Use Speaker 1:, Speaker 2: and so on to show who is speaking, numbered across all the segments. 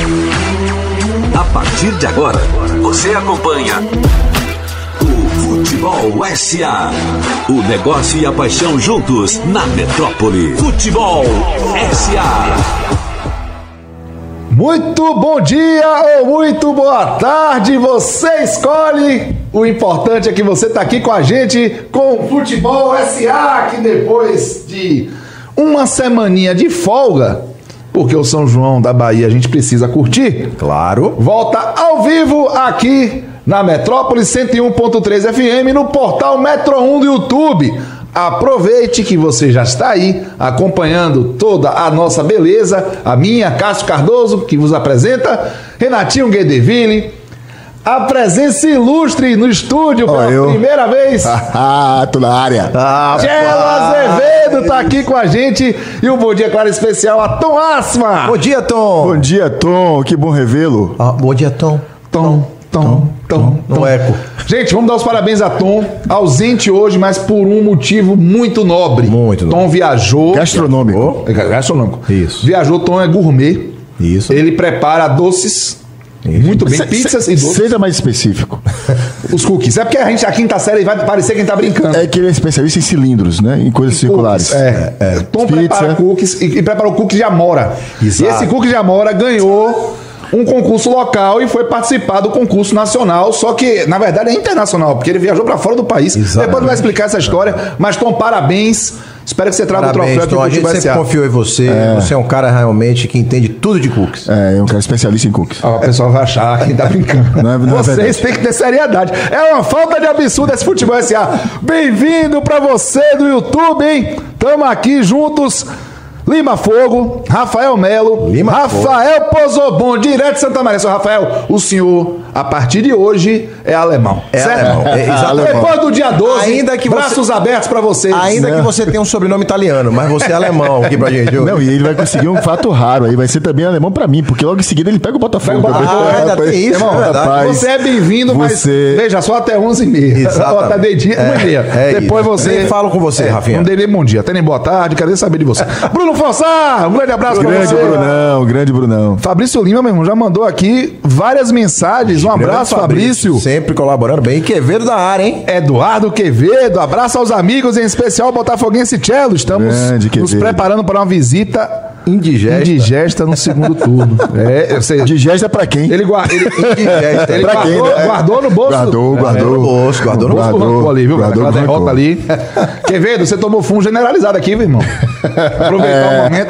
Speaker 1: A partir de agora, você acompanha o Futebol SA. O negócio e a paixão juntos na metrópole. Futebol SA.
Speaker 2: Muito bom dia ou muito boa tarde, você escolhe. O importante é que você está aqui com a gente com o Futebol SA, que depois de uma semaninha de folga, porque o São João da Bahia a gente precisa curtir,
Speaker 3: claro,
Speaker 2: volta ao vivo aqui na Metrópole 101.3 FM, no portal Metro 1 do YouTube. Aproveite que você já está aí acompanhando toda a nossa beleza, a minha, Cássio Cardoso, que vos apresenta, Renatinho Guedeville, a presença ilustre no estúdio pela primeira vez.
Speaker 4: Tô na área.
Speaker 2: Gelo Azevedo está aqui com a gente e um bom dia, claro, especial a Tom Asma.
Speaker 3: Bom dia, Tom.
Speaker 4: Bom dia, Tom. Que bom revê-lo.
Speaker 3: Bom dia, Tom.
Speaker 2: Tom.
Speaker 3: No eco.
Speaker 2: Gente, vamos dar os parabéns a Tom, ausente hoje, mas por um motivo muito nobre. Tom viajou.
Speaker 4: Gastronômico.
Speaker 2: Isso. Viajou, Tom é gourmet.
Speaker 3: Isso.
Speaker 2: Ele prepara doces. Isso. Muito bem, pizzas e doces.
Speaker 4: Seja mais específico.
Speaker 2: Os cookies. É porque a gente, a quinta série, vai parecer quem tá brincando.
Speaker 4: É que ele é especialista em cilindros, né? Em coisas circulares.
Speaker 2: Tom prepara cookies e prepara o cookie de Amora.
Speaker 3: Exato.
Speaker 2: E esse cookie de Amora ganhou um concurso local e foi participar do concurso nacional, só que, na verdade, é internacional, porque ele viajou para fora do país.
Speaker 3: Exatamente. Depois
Speaker 2: vai explicar essa história, mas, Tom, parabéns. Espero que você traga o troféu aqui.
Speaker 3: Tom, a gente sempre confiou em você. Você é um cara realmente que entende tudo de cookies.
Speaker 4: É um cara especialista em cookies.
Speaker 2: O pessoal vai achar que tá brincando.
Speaker 4: Não é
Speaker 2: Vocês têm que ter seriedade. É uma falta de absurdo esse Futebol SA. Bem-vindo pra você do YouTube, hein? Tamo aqui juntos. Lima Fogo, Rafael Melo, Rafael Pozobon, direto de Santa Maria. Seu Rafael, o senhor, a partir de hoje, é alemão.
Speaker 3: Certo?
Speaker 2: Exatamente. Depois do dia 12,
Speaker 3: ainda que
Speaker 2: braços abertos pra vocês.
Speaker 3: Ainda que você tenha um sobrenome italiano, mas você é alemão aqui pra gente.
Speaker 4: Não, e ele vai conseguir um fato raro aí, vai ser também alemão pra mim, porque logo em seguida ele pega o Botafogo.
Speaker 3: Ainda tem isso,
Speaker 2: irmão,
Speaker 3: rapaz.
Speaker 2: Você é bem-vindo, mas veja, só até 11h30.
Speaker 3: Exatamente.
Speaker 2: Até meio-dia, 1h30. Depois
Speaker 3: isso.
Speaker 2: você...
Speaker 3: Nem falo com você, Rafinha.
Speaker 2: Não dei nem bom dia, até nem boa tarde, quero nem saber de você. Bruno Fossar, um grande abraço pra você.
Speaker 4: Grande Brunão.
Speaker 2: Fabrício Lima, meu irmão, já mandou aqui várias mensagens. Um abraço, Fabrício.
Speaker 3: Sempre colaborando bem. Quevedo da área, hein?
Speaker 2: Eduardo Quevedo, abraço aos amigos, em especial Botafoguense Cello. Estamos nos preparando para uma visita indigesta no segundo turno.
Speaker 4: Digesta pra quem?
Speaker 2: Ele guardou no bolso.
Speaker 4: Guardou no bolso.
Speaker 2: Ali, viu? Aquela derrota ali. Quevedo, você tomou fumo generalizado aqui, meu irmão. Aproveitar o momento.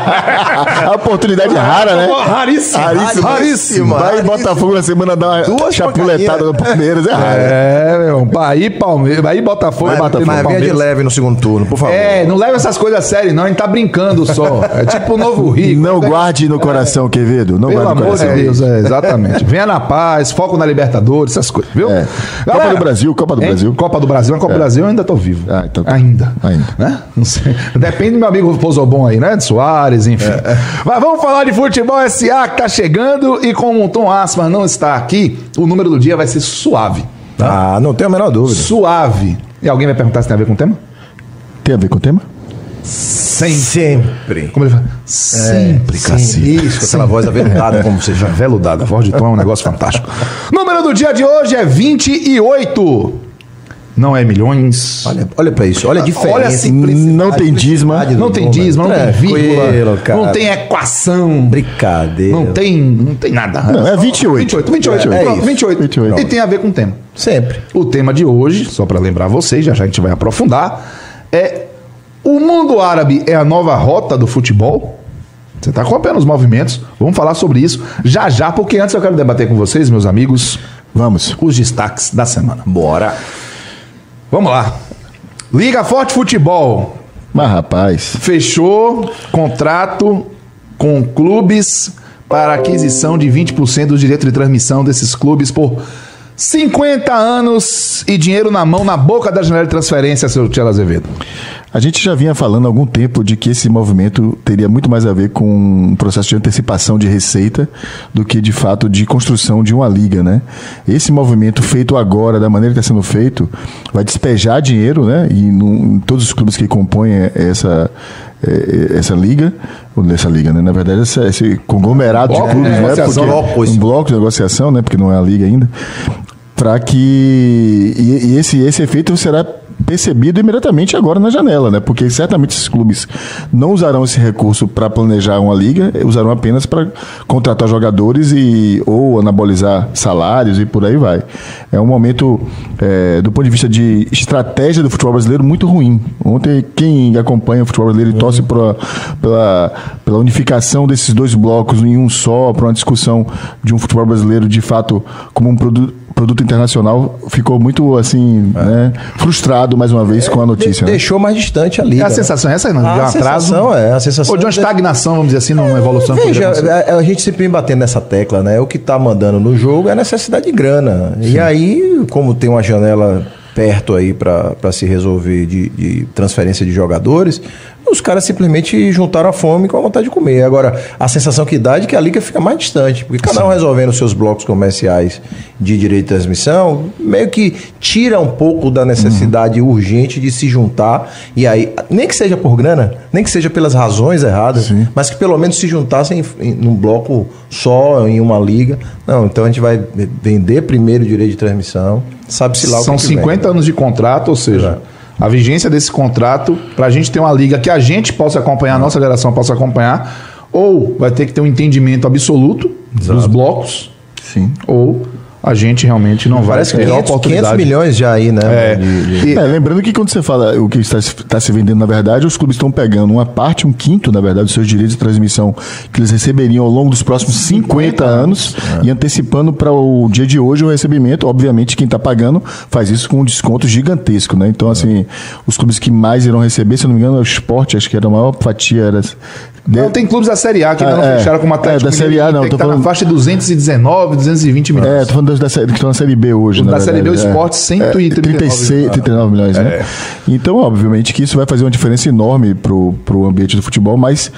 Speaker 4: A oportunidade rara, né?
Speaker 2: Raríssima.
Speaker 4: Vai em Botafogo na semana dar uma chapuletada no Palmeiras.
Speaker 2: Meu irmão. Bahia e Botafogo.
Speaker 3: Mas venha de leve no segundo turno, por favor.
Speaker 2: Não leve essas coisas a sério, não. A gente tá brincando só. É tipo o Novo Rio.
Speaker 4: Não guarde no coração, Quevedo. Não guarde no coração.
Speaker 2: Pelo amor de Deus, exatamente. Venha na paz, foco na Libertadores, essas coisas, viu?
Speaker 4: Copa do Brasil.
Speaker 2: Copa do Brasil eu ainda tô vivo.
Speaker 4: Então,
Speaker 2: ainda. Né? Não sei. Depende do meu amigo Pozobon aí, né? De Soares, enfim. Mas vamos falar de Futebol SA que tá chegando e como o Tom Asma não está aqui, o número do dia vai ser suave.
Speaker 3: Tá? Não tenho a menor dúvida.
Speaker 2: Suave. E alguém vai perguntar se tem a ver com o tema?
Speaker 4: Tem a ver com o tema?
Speaker 3: Sempre.
Speaker 2: Como ele fala? Sempre, Cacete.
Speaker 3: Isso, com aquela voz aveludada, como você já.
Speaker 2: Aveludada. A voz de Tom é um negócio fantástico. Número do dia de hoje é 28. Não é milhões.
Speaker 3: Olha pra isso, olha a diferença.
Speaker 2: Olha a simplicidade.
Speaker 4: Não tem dízima.
Speaker 2: Não tem dízima, não tem vírgula. Não tem equação.
Speaker 3: Brincadeira.
Speaker 2: Não tem nada.
Speaker 4: Não, é 28.
Speaker 2: 28. E tem a ver com o tema.
Speaker 3: Sempre.
Speaker 2: O tema de hoje, só pra lembrar vocês, já a gente vai aprofundar, é: o mundo árabe é a nova rota do futebol? Você está acompanhando os movimentos? Vamos falar sobre isso já, porque antes eu quero debater com vocês, meus amigos.
Speaker 4: Vamos.
Speaker 2: Os destaques da semana.
Speaker 3: Bora.
Speaker 2: Vamos lá. Liga Forte Futebol.
Speaker 4: Mas, rapaz.
Speaker 2: Fechou contrato com clubes para aquisição de 20% do direito de transmissão desses clubes por 50 anos e dinheiro na mão, na boca da janela de transferência, seu Tchelo Azevedo.
Speaker 4: A gente já vinha falando há algum tempo de que esse movimento teria muito mais a ver com um processo de antecipação de receita do que, de fato, de construção de uma liga, né? Esse movimento feito agora, da maneira que está sendo feito, vai despejar dinheiro, né? E em todos os clubes que compõem essa liga, né? Na verdade, esse conglomerado de clubes, né? Um bloco de negociação, né? Porque não é a liga ainda, para que esse efeito será percebido imediatamente agora na janela, né? Porque certamente esses clubes não usarão esse recurso para planejar uma liga, usarão apenas para contratar jogadores ou anabolizar salários e por aí vai. É um momento, do ponto de vista de estratégia do futebol brasileiro, muito ruim. Ontem, quem acompanha o futebol brasileiro e torce pela unificação desses dois blocos em um só, para uma discussão de um futebol brasileiro de fato como um produto internacional, ficou muito assim, né, frustrado mais uma vez com a notícia.
Speaker 3: Deixou mais distante a liga.
Speaker 2: A sensação é essa, não? De um atraso.
Speaker 3: A sensação
Speaker 2: ou de uma estagnação, vamos dizer assim, numa evolução.
Speaker 3: Veja, a gente sempre vem batendo nessa tecla, né? O que está mandando no jogo é a necessidade de grana. Sim. E aí, como tem uma janela perto aí para se resolver de transferência de jogadores, os caras simplesmente juntaram a fome com a vontade de comer. Agora, a sensação que dá é de que a liga fica mais distante, porque cada um resolvendo os seus blocos comerciais de direito de transmissão, meio que tira um pouco da necessidade urgente de se juntar, e aí, nem que seja por grana, nem que seja pelas razões erradas, mas que pelo menos se juntassem num bloco só, em uma liga. Não, então a gente vai vender primeiro o direito de transmissão, sabe-se lá o que
Speaker 2: são 50 anos de contrato, ou seja... A vigência desse contrato, para a gente ter uma liga que a gente possa acompanhar, a nossa geração possa acompanhar, ou vai ter que ter um entendimento absoluto dos blocos, ou a gente realmente não vai ter a oportunidade.
Speaker 3: 500 milhões já aí, né?
Speaker 4: Lembrando que quando você fala o que está se vendendo, na verdade, os clubes estão pegando uma parte, 1/5, na verdade, dos seus direitos de transmissão que eles receberiam ao longo dos próximos 50 anos e antecipando para o dia de hoje o recebimento. Obviamente, quem está pagando faz isso com um desconto gigantesco, né? Então, assim, os clubes que mais irão receber, se eu não me engano, é o Sport, acho que era a maior fatia, era...
Speaker 2: Não, tem clubes da Série A que ainda não fecharam com uma Atlético
Speaker 4: da Série A, não.
Speaker 2: Tô falando na faixa de 219, 220 milhões.
Speaker 4: Tô falando que estão na Série B hoje,
Speaker 2: da Série B, o Sport, 139 milhões, né?
Speaker 4: Então, obviamente que isso vai fazer uma diferença enorme pro ambiente do futebol, mas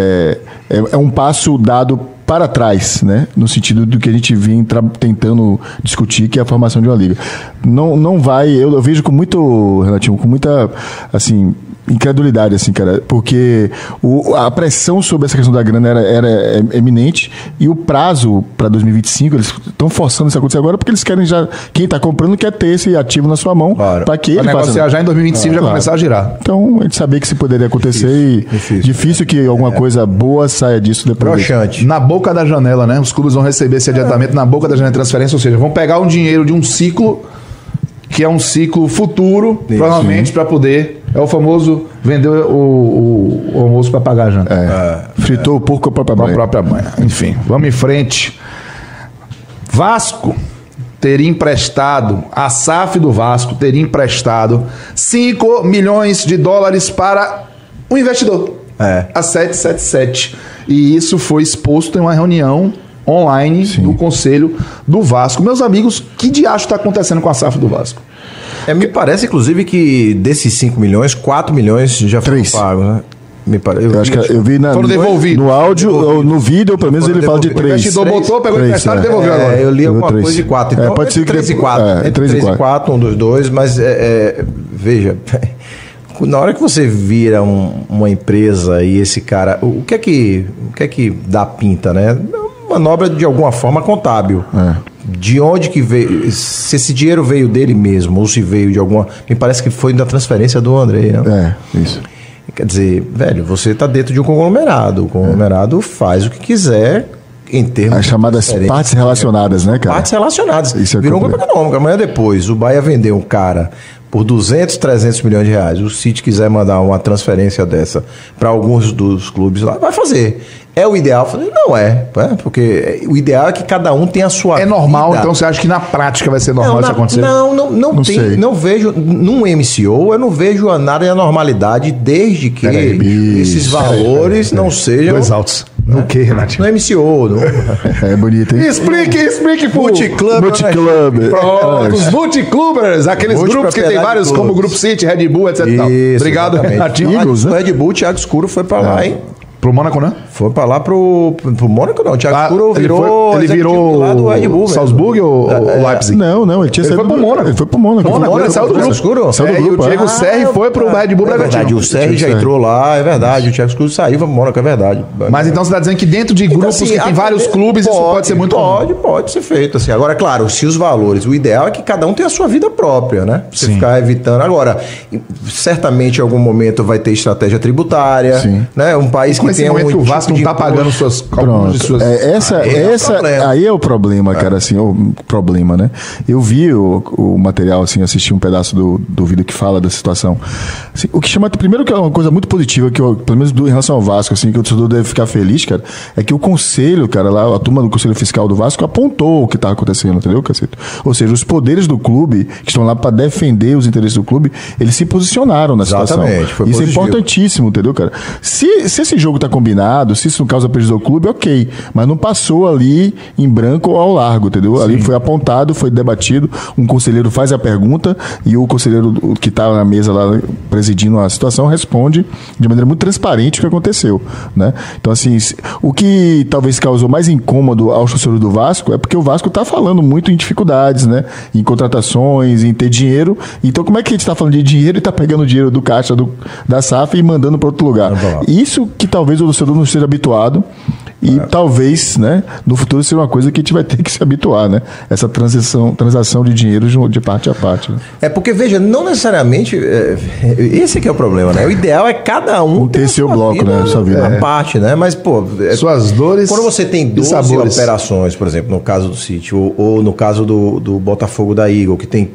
Speaker 4: é um passo dado para trás, né? No sentido do que a gente vinha tentando discutir, que é a formação de uma liga. Não vai, eu vejo com muito, Renatinho, com muita, assim, incredulidade, assim, cara, porque a pressão sobre essa questão da grana era eminente, e o prazo para 2025, eles estão forçando isso a acontecer agora, porque eles querem já, quem está comprando quer ter esse ativo na sua mão, para que ele
Speaker 2: negociar já em 2025 já começar a girar.
Speaker 4: Então, a gente sabia que isso poderia acontecer, difícil que alguma coisa boa saia disso depois.
Speaker 2: Na boca da janela, né? Os clubes vão receber esse adiantamento na boca da janela de transferência, ou seja, vão pegar um dinheiro de um ciclo que é um ciclo futuro, provavelmente, para poder... É o famoso vender o almoço para pagar a janta.
Speaker 4: Fritou o porco com a própria mãe.
Speaker 2: Enfim, vamos em frente. Vasco teria emprestado, a SAF do Vasco teria emprestado 5 milhões de dólares para um investidor. A 777. E isso foi exposto em uma reunião online do Conselho do Vasco. Meus amigos, que diacho está acontecendo com a SAF do Vasco?
Speaker 3: Me parece, inclusive, que desses 5 milhões, 4 milhões já foram pagos, né? Me parece.
Speaker 4: Eu vi
Speaker 2: foram devolvidos.
Speaker 4: No áudio, ou no vídeo, pelo menos ele fala de 3.
Speaker 2: O investidor botou, pegou emprestado e devolveu agora.
Speaker 3: Eu li alguma coisa de 4. Então,
Speaker 4: pode ser
Speaker 3: 3 e 4. 3 e 4, um dos dois, mas veja... Na hora que você vira uma empresa e esse cara... O que é que dá pinta, né? Manobra de alguma forma contábil. De onde que veio? Se esse dinheiro veio dele mesmo, ou se veio de alguma... Me parece que foi da transferência do André, né?
Speaker 4: Isso.
Speaker 3: Quer dizer, velho, você está dentro de um conglomerado. O conglomerado faz o que quiser em termos...
Speaker 4: As chamadas partes relacionadas, né, cara?
Speaker 3: Partes relacionadas.
Speaker 4: Isso
Speaker 3: virou um grupo econômico. Amanhã depois, o Bahia vendeu um cara por 200, 300 milhões de reais. O City quiser mandar uma transferência dessa para alguns dos clubes lá, vai fazer. É o ideal? Não é, porque o ideal é que cada um tenha a sua vida.
Speaker 2: É normal, então você acha que na prática vai ser normal isso acontecer?
Speaker 3: Não tem, não vejo, num MCO, eu não vejo nada de anormalidade desde que esses valores não sejam...
Speaker 2: Dois altos. No que, Renatinho?
Speaker 3: No MCO.
Speaker 4: É bonito, hein?
Speaker 2: Explique
Speaker 3: Multiclub.
Speaker 2: Os multiclubers, aqueles grupos que tem vários, como o Grupo City, Red Bull, etc.
Speaker 3: Isso,
Speaker 2: Obrigado, Renatinho.
Speaker 3: O Red Bull, o Thiago Escuro foi pra lá, hein?
Speaker 2: Pro Mônaco, né?
Speaker 3: Foi pra lá pro Mônaco, não. O Thiago Scuro
Speaker 2: ele virou
Speaker 3: lá do Red Bull,
Speaker 2: Salzburg ou Leipzig?
Speaker 4: Não, ele
Speaker 2: foi pro Mônaco.
Speaker 4: Ele foi pro Mônaco.
Speaker 2: Ele saiu do grupo. E o Diego Serri foi pro Red Bull Bragantino.
Speaker 3: É verdade, o Serri já entrou lá, é verdade. O Thiago Scuro saiu, foi pro Mônaco, é verdade.
Speaker 2: Mas então você tá dizendo que dentro de grupos que tem vários clubes, isso pode ser muito comum?
Speaker 3: Pode ser feito, assim. Agora, claro, se os valores, o ideal é que cada um tenha a sua vida própria, né? Você ficar evitando. Agora, certamente em algum momento vai ter estratégia tributária, né? Um país que tem
Speaker 2: que o Vasco não tá pagando suas...
Speaker 4: Aí é o problema, cara, assim, o problema, né? Eu vi o material, assim, assisti um pedaço do vídeo que fala da situação. Assim, o que chama, primeiro, que é uma coisa muito positiva, que eu, pelo menos em relação ao Vasco, assim, que o torcedor deve ficar feliz, cara, é que o conselho, cara, lá, a turma do Conselho Fiscal do Vasco apontou o que tá acontecendo, entendeu, Cacito? Ou seja, os poderes do clube, que estão lá para defender os interesses do clube, eles se posicionaram na situação.
Speaker 3: Foi
Speaker 4: isso
Speaker 3: positivo.
Speaker 4: É importantíssimo, entendeu, cara? Se esse jogo tá combinado, se isso não causa prejuízo ao clube, ok. Mas não passou ali em branco ou ao largo, entendeu? Sim. Ali foi apontado, foi debatido, um conselheiro faz a pergunta e o conselheiro que tá na mesa lá presidindo a situação responde de maneira muito transparente o que aconteceu, né? Então, assim, o que talvez causou mais incômodo aos torcedores do Vasco é porque o Vasco tá falando muito em dificuldades, né? Em contratações, em ter dinheiro. Então, como é que a gente tá falando de dinheiro e tá pegando o dinheiro do caixa da SAF e mandando para outro lugar? Isso que talvez o torcedor não esteja habituado e talvez, né, no futuro seja uma coisa que a gente vai ter que se habituar, né? Essa transação de dinheiro de parte a parte. Né?
Speaker 3: É porque, veja, não necessariamente esse que é o problema, né? O ideal é cada um
Speaker 4: ter seu bloco, né? Sua vida.
Speaker 3: A parte, né? Mas, pô...
Speaker 2: Suas dores.
Speaker 3: Quando você tem 12 operações, por exemplo, no caso do City, ou no caso do Botafogo da Eagle, que tem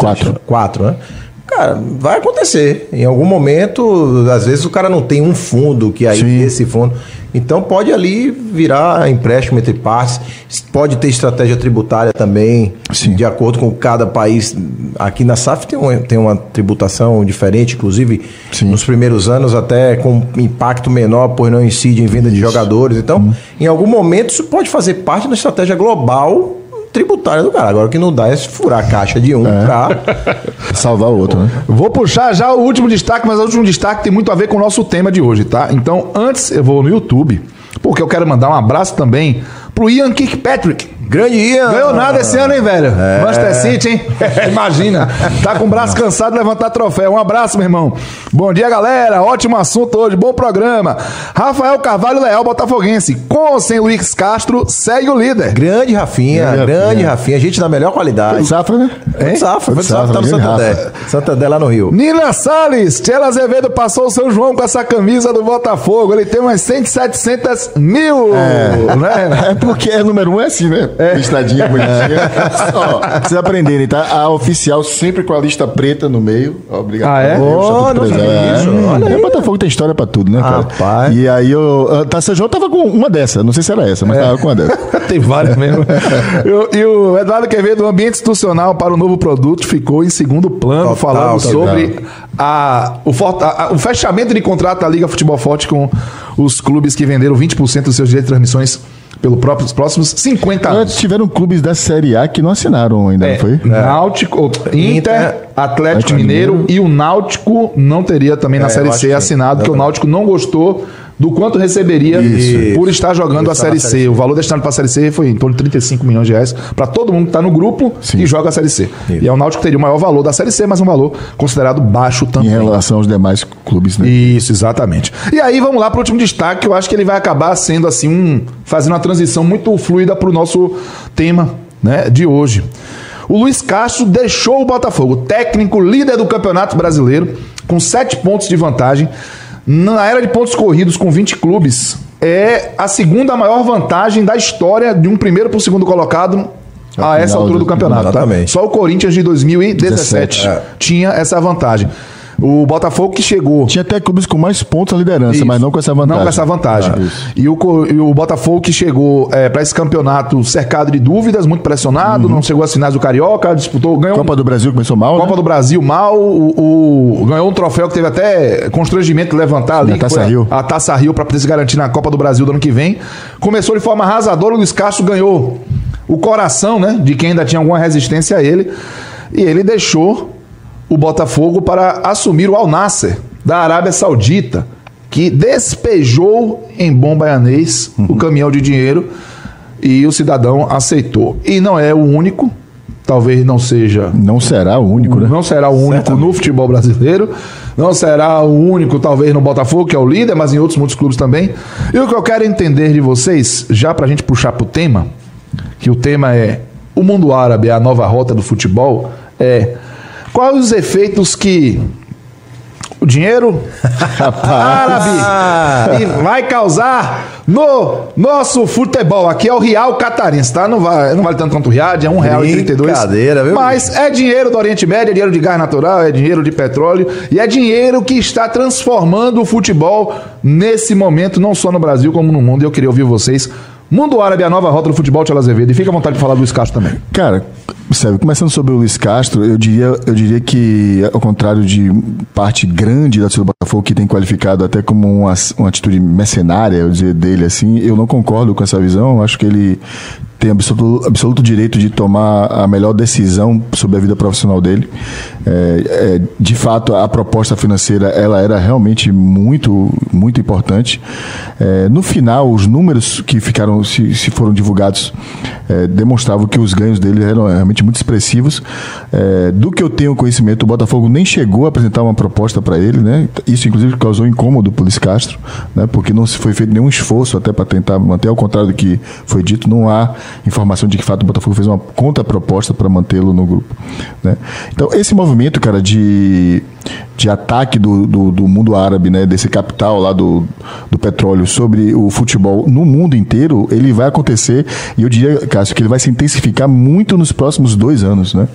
Speaker 3: 4, né? Cara, vai acontecer. Em algum momento, às vezes o cara não tem um fundo, que aí esse fundo... Então pode ali virar empréstimo entre partes, pode ter estratégia tributária também, de acordo com cada país. Aqui na SAF tem uma tributação diferente, inclusive nos primeiros anos até com impacto menor, pois não incide em venda de jogadores. Então, em algum momento isso pode fazer parte da estratégia global tributária do cara. Agora o que não dá é furar a caixa de um pra
Speaker 4: salvar o outro, né?
Speaker 2: Vou puxar já o último destaque, mas o último destaque tem muito a ver com o nosso tema de hoje, tá? Então, antes eu vou no YouTube, porque eu quero mandar um abraço também pro Ian Kirkpatrick.
Speaker 3: Grande Ian!
Speaker 2: Ganhou nada esse ano, hein, velho? Manchester City, hein? Imagina. Tá com o braço cansado de levantar troféu. Um abraço, meu irmão. Bom dia, galera. Ótimo assunto hoje. Bom programa. Rafael Carvalho Leal, botafoguense. Com ou sem Luiz Castro, segue o líder.
Speaker 3: Grande Rafinha. Grande Rafinha. Gente da melhor qualidade.
Speaker 4: Foi Safra, né?
Speaker 3: Foi Safra, tá no Santander. Santander lá no Rio.
Speaker 2: Nina Salles. Tchela Azevedo passou o São João com essa camisa do Botafogo. Ele tem umas 700 mil. Né?
Speaker 4: É porque número 1 é assim, né? Listadinha bonitinha. Ó, vocês aprenderem, tá? A oficial sempre com a lista preta no meio. Obrigado.
Speaker 2: Ah, é?
Speaker 4: Olha aí. O Botafogo tem história pra tudo, né, cara?
Speaker 3: Rapaz.
Speaker 4: E aí o São João tava com uma dessa. Não sei se era essa, mas tava com uma dessa.
Speaker 2: Tem várias mesmo. E o Eduardo Quevedo, o ambiente institucional para o novo produto ficou em segundo plano, falando sobre o fechamento de contrato da Liga Futebol Forte com os clubes que venderam 20% dos seus direitos de transmissões pelos próximos 50 anos.
Speaker 4: Tiveram clubes da Série A que não assinaram ainda, não foi?
Speaker 2: Náutico, Inter, Atlético Mineiro e o Náutico não teria também na Série C assinado, porque o Náutico não gostou do quanto receberia por estar jogando a Série C. O valor destinado para a Série C foi em torno de 35 milhões de reais para todo mundo que está no grupo e joga a Série C. E é o Náutico que teria o maior valor da Série C, mas um valor considerado baixo também.
Speaker 4: Em relação aos demais clubes, né?
Speaker 2: Isso, exatamente. E aí vamos lá para o último destaque, que eu acho que ele vai acabar sendo assim fazendo uma transição muito fluida para o nosso tema, né, de hoje. O Luiz Castro deixou o Botafogo, técnico líder do Campeonato Brasileiro, com 7 pontos de vantagem. Na era de pontos corridos com 20 clubes, é a segunda maior vantagem da história de um primeiro para o segundo colocado a essa altura do campeonato. Tá? Só o Corinthians de 2017 tinha essa vantagem. O Botafogo que chegou...
Speaker 4: Tinha até clubes com mais pontos na liderança, mas não com essa vantagem.
Speaker 2: Não com essa vantagem. E o Botafogo que chegou para esse campeonato cercado de dúvidas, muito pressionado, não chegou às finais do Carioca, disputou... Ganhou
Speaker 4: Copa do Brasil começou mal,
Speaker 2: Copa do Brasil mal, ganhou um troféu que teve até constrangimento de levantar ali. A Taça Rio para se garantir na Copa do Brasil do ano que vem. Começou de forma arrasadora, o Luiz Castro ganhou o coração, né, de quem ainda tinha alguma resistência a ele. E ele deixou o Botafogo para assumir o Al Nassr da Arábia Saudita. que despejou em bom baianês o caminhão de dinheiro e o cidadão aceitou. E não é o único, talvez não seja...
Speaker 4: Não será o único, né?
Speaker 2: Não será o único certamente no futebol brasileiro, não será o único talvez no Botafogo, que é o líder, mas em muitos clubes também. E o que eu quero entender de vocês, já pra gente puxar pro tema, que o tema é o mundo árabe, a nova rota do futebol, quais os efeitos que o dinheiro árabe vai causar no nosso futebol. Aqui é o Real Catarense, tá? Não vale tanto quanto o Riad, é R$1,32.
Speaker 3: Brincadeira, viu?
Speaker 2: Mas é dinheiro do Oriente Médio, é dinheiro de gás natural, é dinheiro de petróleo e é dinheiro que está transformando o futebol nesse momento, não só no Brasil como no mundo. E eu queria ouvir vocês. Mundo árabe, a nova rota do futebol, Tchela Azevedo. E fica à vontade de falar do Luiz Castro também.
Speaker 4: Cara, Sérgio, começando sobre o Luiz Castro, eu diria que, ao contrário de parte grande da torcida do Botafogo, que tem qualificado até como uma atitude mercenária, eu dizer dele assim, eu não concordo com essa visão. Eu acho que ele tem absoluto direito de tomar a melhor decisão sobre a vida profissional dele. De fato, a proposta financeira ela era realmente muito, muito importante. No final, os números que ficaram, se foram divulgados, demonstravam que os ganhos dele eram realmente muito expressivos. Do que eu tenho conhecimento, o Botafogo nem chegou a apresentar uma proposta para ele, né? Isso, inclusive, causou incômodo para o Luiz Castro, né? Porque não se foi feito nenhum esforço até para tentar manter, ao contrário do que foi dito, não há informação de que, de fato, o Botafogo fez uma contraproposta para mantê-lo no grupo, né? Então, esse movimento, cara, de ataque do mundo árabe, né, desse capital lá do petróleo sobre o futebol no mundo inteiro, ele vai acontecer, e eu diria, Cássio, que ele vai se intensificar muito nos próximos 2 anos, né?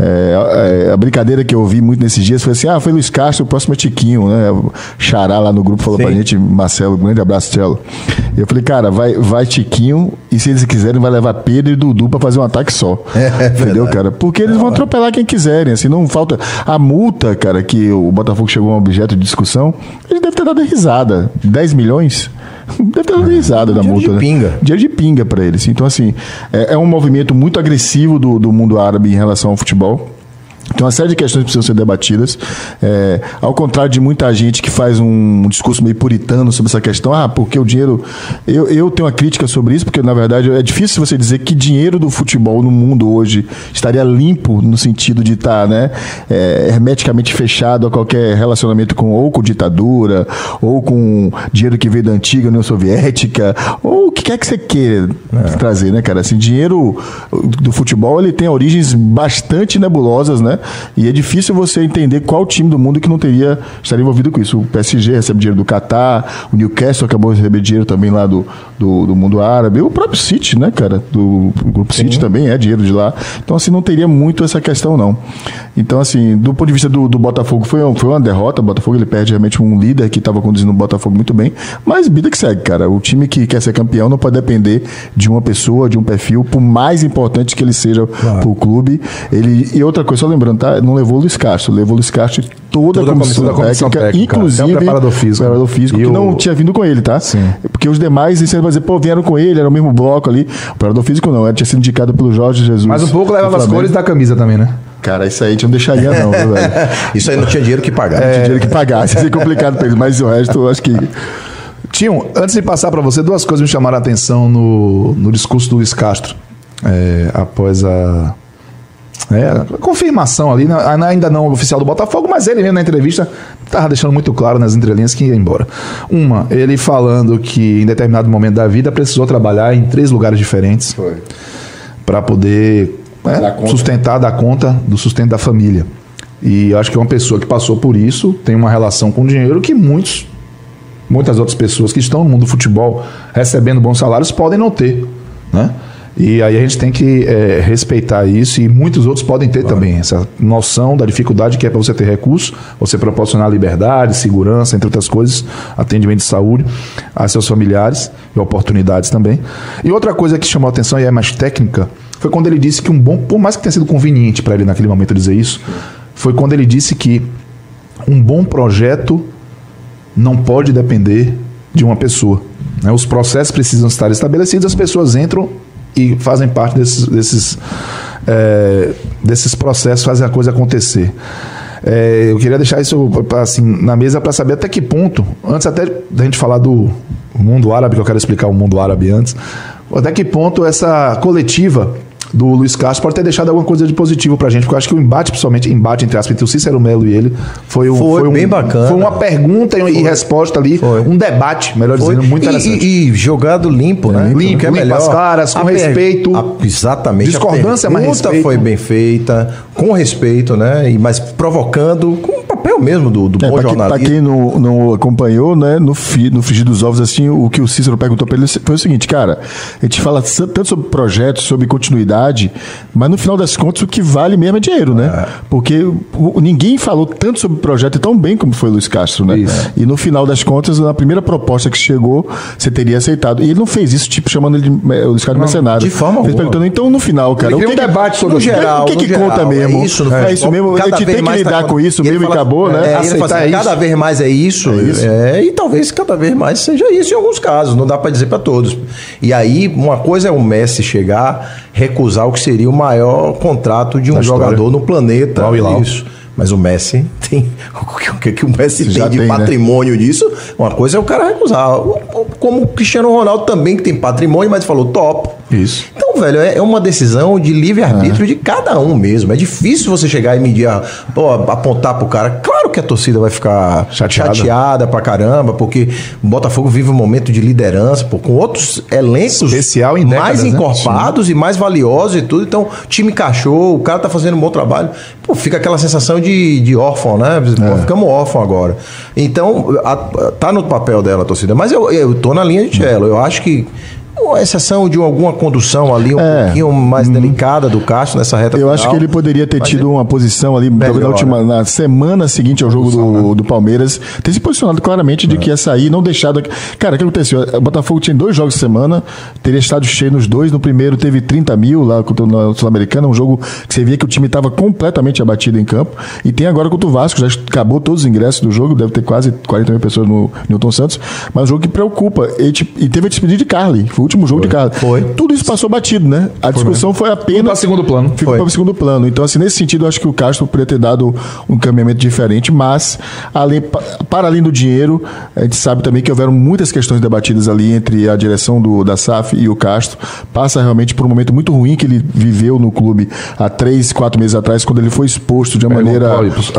Speaker 4: A brincadeira que eu ouvi muito nesses dias foi assim, foi Luiz Castro, o próximo é Tiquinho, né? Xará lá no grupo falou pra gente, Marcelo, grande abraço, Tchelo. E eu falei, cara, vai Tiquinho, e se eles quiserem vai levar Pedro e Dudu pra fazer um ataque só. Entendeu, cara? Porque eles vão atropelar quem quiserem, assim, não falta... A multa, cara, que o Botafogo chegou a um objeto de discussão, ele deve ter dado risada. 10 milhões? Deve ter dado risada da multa.
Speaker 3: Dinheiro de pinga.
Speaker 4: Dinheiro de pinga pra eles. Então, assim, é um movimento muito agressivo do mundo árabe em relação ao futebol. Tem uma série de questões que precisam ser debatidas. Ao contrário de muita gente que faz um discurso meio puritano sobre essa questão, porque o dinheiro... Eu tenho uma crítica sobre isso, porque, na verdade, é difícil você dizer que dinheiro do futebol no mundo hoje estaria limpo no sentido de estar, né, hermeticamente fechado a qualquer relacionamento com ditadura, ou com dinheiro que veio da antiga União Soviética, ou o que quer que você queira trazer, né, cara? Assim, dinheiro do futebol, ele tem origens bastante nebulosas, né? E é difícil você entender qual time do mundo que não estaria envolvido com isso. O PSG recebe dinheiro do Catar, o Newcastle acabou de receber dinheiro também lá do mundo árabe, o próprio City, né, cara? Do grupo City também é dinheiro de lá. Então, assim, não teria muito essa questão, não. Então, assim, do ponto de vista do Botafogo, foi uma derrota. O Botafogo, ele perde realmente um líder que estava conduzindo o Botafogo muito bem, mas vida que segue, cara. O time que quer ser campeão não pode depender de uma pessoa, de um perfil, por mais importante que ele seja para o clube. E outra coisa, só lembrando, tá? Não levou o Luiz Castro, levou o Luiz Castro toda a comissão técnica, inclusive o preparador físico que não tinha vindo com ele, tá? Sim. Porque os demais, você vai dizer, vieram com ele, era o mesmo bloco ali. O preparador físico não, tinha sido indicado pelo Jorge Jesus.
Speaker 2: Mas um pouco levava as cores da camisa também, né?
Speaker 4: Cara, isso aí a gente não deixaria não, viu, velho?
Speaker 3: Isso aí não tinha dinheiro que pagar.
Speaker 4: Não tinha dinheiro que pagar, isso ia ser complicado pra eles, mas o resto eu acho que...
Speaker 2: Tião, antes de passar para você, 2 coisas me chamaram a atenção no discurso do Luiz Castro, após a confirmação ali, ainda não oficial do Botafogo, mas ele mesmo na entrevista estava deixando muito claro nas entrelinhas que ia embora. Ele falando que em determinado momento da vida precisou trabalhar em 3 lugares diferentes para poder dar conta do sustento da família. E eu acho que é uma pessoa que passou por isso, tem uma relação com dinheiro que muitas outras pessoas que estão no mundo do futebol recebendo bons salários podem não ter, né? E aí a gente tem que respeitar isso, e muitos outros podem ter também essa noção da dificuldade que é para você ter recurso, você proporcionar liberdade, segurança, entre outras coisas, atendimento de saúde a seus familiares e oportunidades também. E outra coisa que chamou a atenção, e é mais técnica, foi quando ele disse que por mais que tenha sido conveniente para ele naquele momento dizer isso, foi quando ele disse que um bom projeto não pode depender de uma pessoa, né? Os processos precisam estar estabelecidos, as pessoas entram e fazem parte desses processos, fazem a coisa acontecer. Eu queria deixar isso assim, na mesa para saber até que ponto, antes até da gente falar do mundo árabe, que eu quero explicar o mundo árabe antes, até que ponto essa coletiva do Luiz Castro pode ter deixado alguma coisa de positivo pra gente, porque eu acho que o embate, principalmente embate entre aspas, entre o Cícero Melo e ele, foi
Speaker 3: bem bacana.
Speaker 2: Foi uma pergunta e resposta ali, um debate, melhor dizendo, muito interessante.
Speaker 3: E jogado limpo, né?
Speaker 2: Limpo,
Speaker 3: que é melhor.
Speaker 2: As caras, com respeito.
Speaker 3: Exatamente.
Speaker 2: Discordância, mas respeito.
Speaker 3: A pergunta foi bem feita, com respeito, né? Mas provocando, com o papel mesmo do bom jornalismo.
Speaker 4: Para quem não acompanhou, né? No frigir dos ovos, assim, o que o Cícero perguntou para ele foi o seguinte, cara, a gente fala tanto sobre projetos, sobre continuidade, mas no final das contas o que vale mesmo é dinheiro, né? Porque ninguém falou tanto sobre o projeto tão bem como foi o Luiz Castro, né? E no final das contas, na primeira proposta que chegou, você teria aceitado. E ele não fez isso, tipo, chamando ele de o Luiz Castro de mercenário.
Speaker 3: De forma alguma.
Speaker 2: Perguntando,
Speaker 4: então, no final, cara,
Speaker 2: o que debate sobre
Speaker 4: no geral, o que conta mesmo?
Speaker 3: É isso
Speaker 4: mesmo, a gente tem que lidar com isso mesmo e acabou, né?
Speaker 3: Aceitar isso. Cada vez mais é isso. E talvez cada vez mais seja isso em alguns casos, não dá para dizer para todos. E aí, uma coisa é o Messi chegar, recusar o que seria o maior contrato de um jogador no planeta. Isso. Mas o Messi tem... O que o Messi tem de patrimônio, né? Disso? Uma coisa é o cara recusar. Como o Cristiano Ronaldo também, que tem patrimônio, mas falou top.
Speaker 2: Isso.
Speaker 3: Então, velho, é uma decisão de livre-arbítrio de cada um mesmo. É difícil você chegar e medir, apontar pro cara. Claro que a torcida vai ficar chateada pra caramba, porque o Botafogo vive um momento de liderança, com outros elencos
Speaker 2: especial em décadas,
Speaker 3: mais encorpados, né? E mais valiosos e tudo. Então, time cachorro, o cara tá fazendo um bom trabalho. Pô, fica aquela sensação de órfão, né? Pô, ficamos órfãos agora. Então, tá no papel dela a torcida. Mas eu tô na linha de Cello. Eu acho que uma exceção de alguma condução ali pouquinho mais delicada do Castro nessa reta
Speaker 4: final. Eu acho que ele poderia ter tido uma posição ali na semana seguinte ao jogo do Palmeiras, ter se posicionado claramente de que ia sair, não deixar... Cara, o que aconteceu? O Botafogo tinha 2 jogos de semana, teria estado cheio nos 2, no primeiro teve 30 mil lá contra o Sul-Americana, um jogo que você via que o time estava completamente abatido em campo, e tem agora contra o Vasco, já acabou todos os ingressos do jogo, deve ter quase 40 mil pessoas no Newton Santos, mas um jogo que preocupa, e teve a despedida de Carly, foi o último jogo de casa. Tudo isso passou batido, né? A discussão foi apenas...
Speaker 2: para segundo plano.
Speaker 4: Ficou para segundo plano. Então, assim, nesse sentido, eu acho que o Castro poderia ter dado um encaminhamento diferente, mas, para além do dinheiro, a gente sabe também que houveram muitas questões debatidas ali entre a direção da SAF e o Castro. Passa realmente por um momento muito ruim que ele viveu no clube há 3, 4 meses atrás, quando ele foi exposto de uma maneira...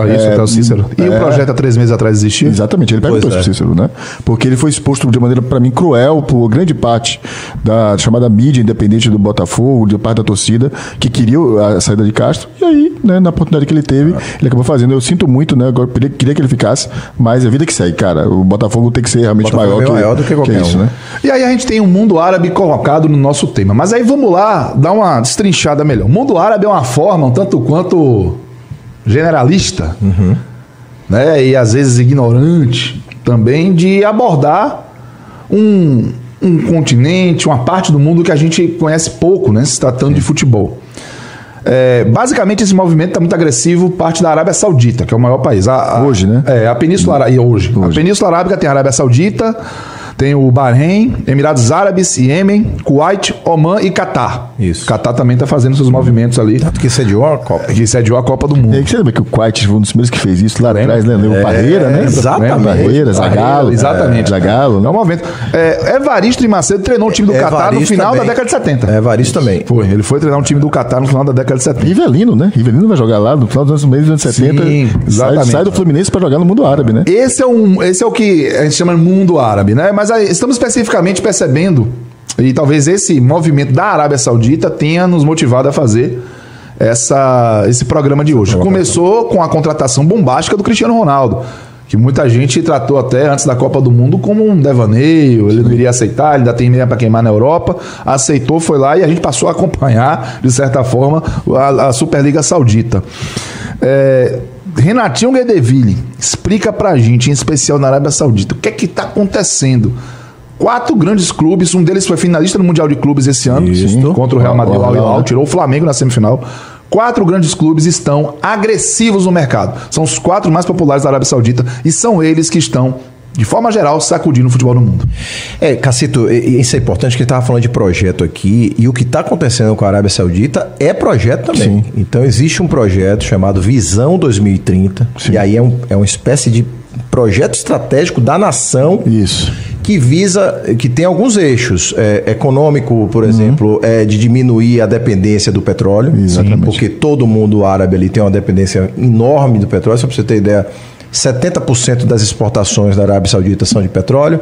Speaker 2: o Cícero. E o projeto há 3 meses atrás existia?
Speaker 4: Exatamente, ele perguntou isso pro Cícero, né? Porque ele foi exposto de maneira, para mim, cruel por grande parte da chamada mídia independente do Botafogo, de parte da torcida, que queria a saída de Castro, e aí, né, na oportunidade que ele teve, ele acabou fazendo. Eu sinto muito, né, agora queria que ele ficasse, mas a vida que segue, cara, o Botafogo tem que ser realmente maior
Speaker 3: do que qualquer
Speaker 4: isso,
Speaker 3: um,
Speaker 4: né?
Speaker 2: E aí a gente tem um mundo árabe colocado no nosso tema, mas aí vamos lá dar uma destrinchada melhor. O mundo árabe é uma forma um tanto quanto generalista, né, e às vezes ignorante também, de abordar um continente, uma parte do mundo que a gente conhece pouco, né, se tratando de futebol. Basicamente, esse movimento está muito agressivo, parte da Arábia Saudita, que é o maior país.
Speaker 4: Hoje, né?
Speaker 2: A Península Arábica. Hoje. A Península Arábica tem a Arábia Saudita, tem o Bahrein, Emirados Árabes, Iêmen, Kuwait, Omã e Catar.
Speaker 3: Isso.
Speaker 2: Catar também está fazendo seus movimentos ali.
Speaker 3: Tanto que sediou a Copa.
Speaker 2: Que sediou a Copa do Mundo.
Speaker 4: E aí, você lembra que o Kuwait foi um dos primeiros que fez isso lá atrás, né? Lembra o Parreira, né?
Speaker 3: Exatamente.
Speaker 4: Parreira, Zagallo.
Speaker 2: Exatamente.
Speaker 4: Zagallo, né?
Speaker 2: É um movimento. Evaristo e Macedo treinou o time do Catar no final da década de 70.
Speaker 3: Evaristo também.
Speaker 2: Ele foi treinar um time do Catar no final da década de 70.
Speaker 4: Rivelino, né? Rivelino vai jogar lá no final dos anos 70.
Speaker 2: Sim, exatamente.
Speaker 4: Sai do Fluminense para jogar no mundo árabe, né?
Speaker 2: Esse é o que a gente chama de mundo árabe, né? Mas aí, estamos especificamente percebendo, e talvez esse movimento da Arábia Saudita tenha nos motivado a fazer esse programa de hoje. Começou com a contratação bombástica do Cristiano Ronaldo, que muita gente tratou até antes da Copa do Mundo como um devaneio, ele não iria aceitar, ele ainda tem meia para queimar na Europa, aceitou, foi lá e a gente passou a acompanhar, de certa forma, a Superliga Saudita. Renatinho Guedeville explica pra gente, em especial na Arábia Saudita, o que é que está acontecendo. 4 grandes clubes, um deles foi finalista no Mundial de Clubes esse ano, contra o Real Madrid, o Al Hilal, tirou o Flamengo na semifinal. 4 grandes clubes estão agressivos no mercado. São os 4 mais populares da Arábia Saudita e são eles que estão de forma geral, sacudindo o futebol no mundo.
Speaker 3: Cacito, isso é importante, que ele estava falando de projeto aqui, e o que está acontecendo com a Arábia Saudita é projeto também. Sim. Então existe um projeto chamado Visão 2030, Sim. E aí é uma espécie de projeto estratégico da nação.
Speaker 4: Isso.
Speaker 3: Que visa, que tem alguns eixos, econômico, por exemplo, de diminuir a dependência do petróleo.
Speaker 4: Exatamente.
Speaker 3: Porque todo mundo árabe ali tem uma dependência enorme do petróleo. Só para você ter ideia, 70% das exportações da Arábia Saudita são de petróleo,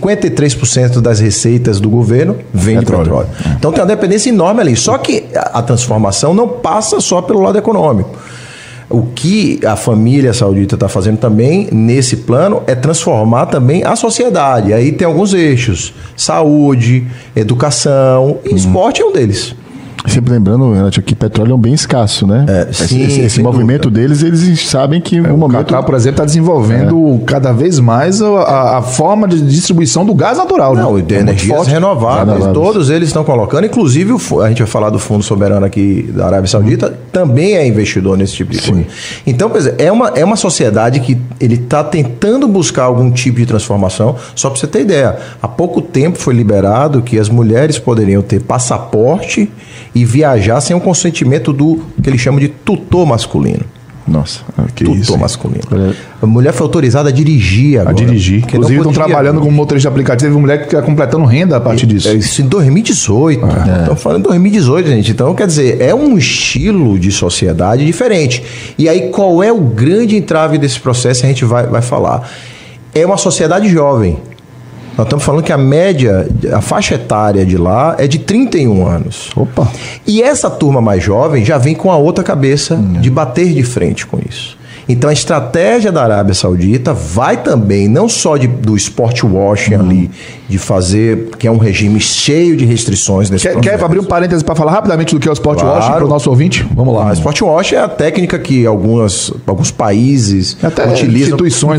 Speaker 3: 53% das receitas do governo vem de petróleo. Então tem uma dependência enorme ali. Só que a transformação não passa só pelo lado econômico. O que a família saudita está fazendo também, nesse plano, é transformar também a sociedade. Aí tem alguns eixos: saúde, educação, e esporte é um deles.
Speaker 4: Sempre lembrando, Renato, que petróleo é um bem escasso, né? Esse movimento deles, eles sabem que no momento...
Speaker 2: O Qatar, por exemplo, está desenvolvendo cada vez mais a forma de distribuição do gás natural.
Speaker 3: Não, de energias renováveis. Todos eles estão colocando, inclusive a gente vai falar do Fundo Soberano aqui da Arábia Saudita, também é investidor nesse tipo de coisa. Então, quer dizer, é uma sociedade que ele está tentando buscar algum tipo de transformação. Só para você ter ideia, há pouco tempo foi liberado que as mulheres poderiam ter passaporte e viajar sem o consentimento do que eles chamam de tutor masculino.
Speaker 4: Nossa, que
Speaker 3: tutor
Speaker 4: isso,
Speaker 3: masculino. A mulher foi autorizada a dirigir agora.
Speaker 2: Inclusive estão trabalhando como motorista de aplicativo. Teve mulher que está completando renda a partir disso.
Speaker 3: Isso em 2018. Estamos falando em 2018, gente. Então, quer dizer, é um estilo de sociedade diferente. E aí, qual é o grande entrave desse processo? A gente vai falar. É uma sociedade jovem. Nós estamos falando que a faixa etária de lá é de 31 anos.
Speaker 2: Opa!
Speaker 3: E essa turma mais jovem já vem com a outra cabeça de bater de frente com isso. Então a estratégia da Arábia Saudita vai também, não só do sport washing ali, de fazer, que é um regime cheio de restrições nesse processo.
Speaker 2: Quer abrir um parêntese para falar rapidamente do que é o sport washing para o nosso ouvinte? Vamos lá.
Speaker 3: O sport washing é a técnica que alguns países utilizam.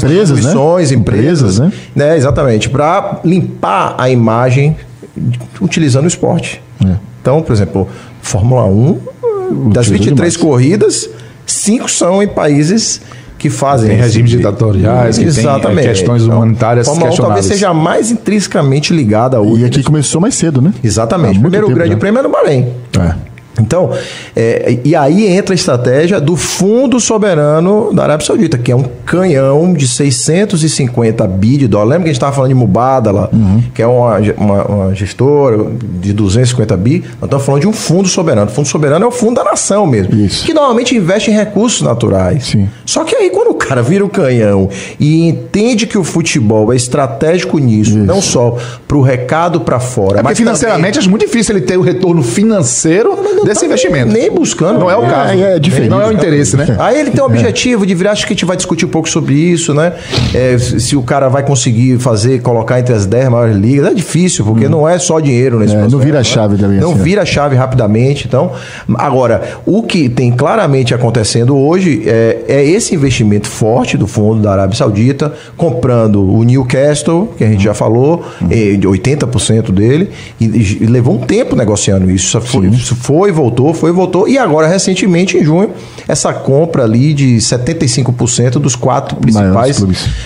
Speaker 3: Empresas, né? Exatamente, para limpar a imagem utilizando o esporte. Então, por exemplo, Fórmula 1, das 23 corridas, 5 são em países que fazem
Speaker 2: regimes ditatoriais, que tem questões humanitárias questionáveis.
Speaker 3: Talvez seja mais intrinsecamente ligada a outra.
Speaker 4: E aqui começou mais cedo, né?
Speaker 3: Exatamente. O primeiro grande prêmio é no Bahrein. Então, e aí entra a estratégia do Fundo Soberano da Arábia Saudita, que é um canhão de 650 bi de dólares. Lembra que a gente estava falando de Mubadala, que é uma gestora de 250 bi? Nós estamos falando de um fundo soberano. O Fundo Soberano é o fundo da nação mesmo, que normalmente investe em recursos naturais.
Speaker 4: Sim.
Speaker 3: Só que aí quando o cara vira o canhão e entende que o futebol é estratégico nisso, não só para o recado para fora,
Speaker 2: mas financeiramente acho muito difícil ele ter o retorno financeiro desse investimento.
Speaker 3: Nem buscando.
Speaker 2: Não é o caso.
Speaker 4: É diferente.
Speaker 2: Não é o interesse, né?
Speaker 3: Aí ele tem o objetivo de virar, acho que a gente vai discutir um pouco sobre isso, né? Se o cara vai conseguir colocar entre as 10 maiores ligas. É difícil, porque não é só dinheiro nesse processo.
Speaker 4: Não vira a chave também.
Speaker 3: Não vira a chave rapidamente. Então, agora, o que tem claramente acontecendo hoje é esse investimento forte do fundo da Arábia Saudita, comprando o Newcastle, que a gente já falou, de 80% dele, e levou um tempo negociando isso. Foi, voltou, e agora, recentemente, em junho, essa compra ali de 75% dos 4 principais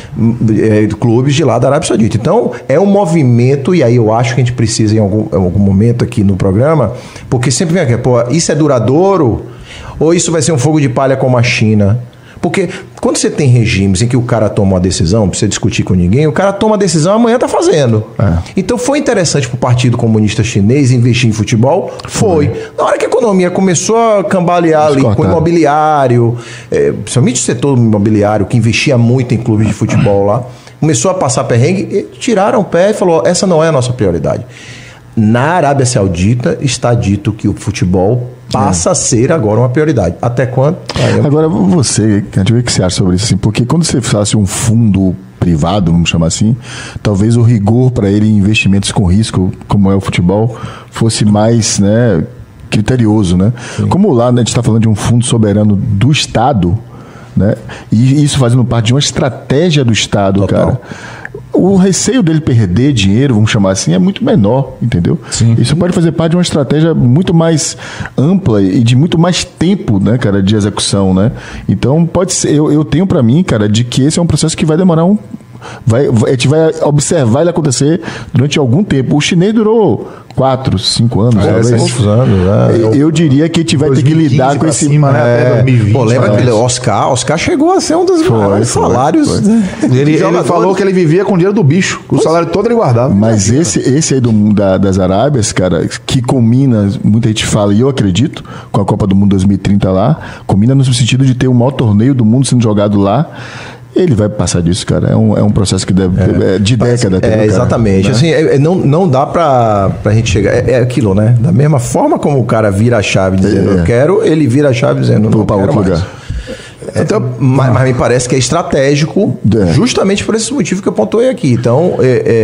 Speaker 3: clubes de lá da Arábia Saudita. Então, é um movimento, e aí eu acho que a gente precisa, em algum momento aqui no programa, porque sempre vem aqui, isso é duradouro? Ou isso vai ser um fogo de palha como a China? Porque quando você tem regimes em que o cara toma uma decisão, não precisa discutir com ninguém, o cara toma a decisão, amanhã está fazendo. Então foi interessante para o Partido Comunista Chinês investir em futebol? Foi. Na hora que a economia começou a cambalear ali com o imobiliário, principalmente o setor imobiliário, que investia muito em clubes de futebol lá, começou a passar perrengue, tiraram o pé e falou, essa não é a nossa prioridade. Na Arábia Saudita está dito que o futebol passa a ser agora uma prioridade. Até quando?
Speaker 4: Agora, você, a gente vê o que você acha sobre isso, assim, porque quando você falasse um fundo privado, vamos chamar assim, talvez o rigor para ele em investimentos com risco, como é o futebol, fosse mais, né, criterioso, né? Sim. Como lá, né, a gente está falando de um fundo soberano do Estado, né? E isso fazendo parte de uma estratégia do Estado, total, cara. O receio dele perder dinheiro, vamos chamar assim, é muito menor, entendeu?
Speaker 2: Sim.
Speaker 4: Isso pode fazer parte de uma estratégia muito mais ampla e de muito mais tempo, né, cara, de execução, né? Então, pode ser, eu tenho para mim, cara, de que esse é um processo que vai demorar A gente vai observar ele acontecer durante algum tempo. O chinês durou 4, 5 anos.
Speaker 3: Poucos anos, né?
Speaker 4: Eu diria que a gente vai ter que lidar com esse...
Speaker 2: cima, né? 2020,
Speaker 3: Pô, lembra que Oscar chegou a ser um dos maiores salários.
Speaker 2: Ele falou que ele vivia com o dinheiro do bicho. O salário todo ele guardava.
Speaker 4: Mas esse aí das Arábias, cara, que combina, muita gente fala, e eu acredito, com a Copa do Mundo 2030 lá, combina no sentido de ter o maior torneio do mundo sendo jogado lá. Ele vai passar disso, cara. É um processo que deve de década.
Speaker 3: Exatamente. Né? Assim, não dá pra gente chegar. É aquilo, né? Da mesma forma como o cara vira a chave dizendo eu quero, ele vira a chave dizendo não quero outro mais. Lugar. Então, mas me parece que é estratégico justamente por esse motivo que eu pontuei aqui. Então,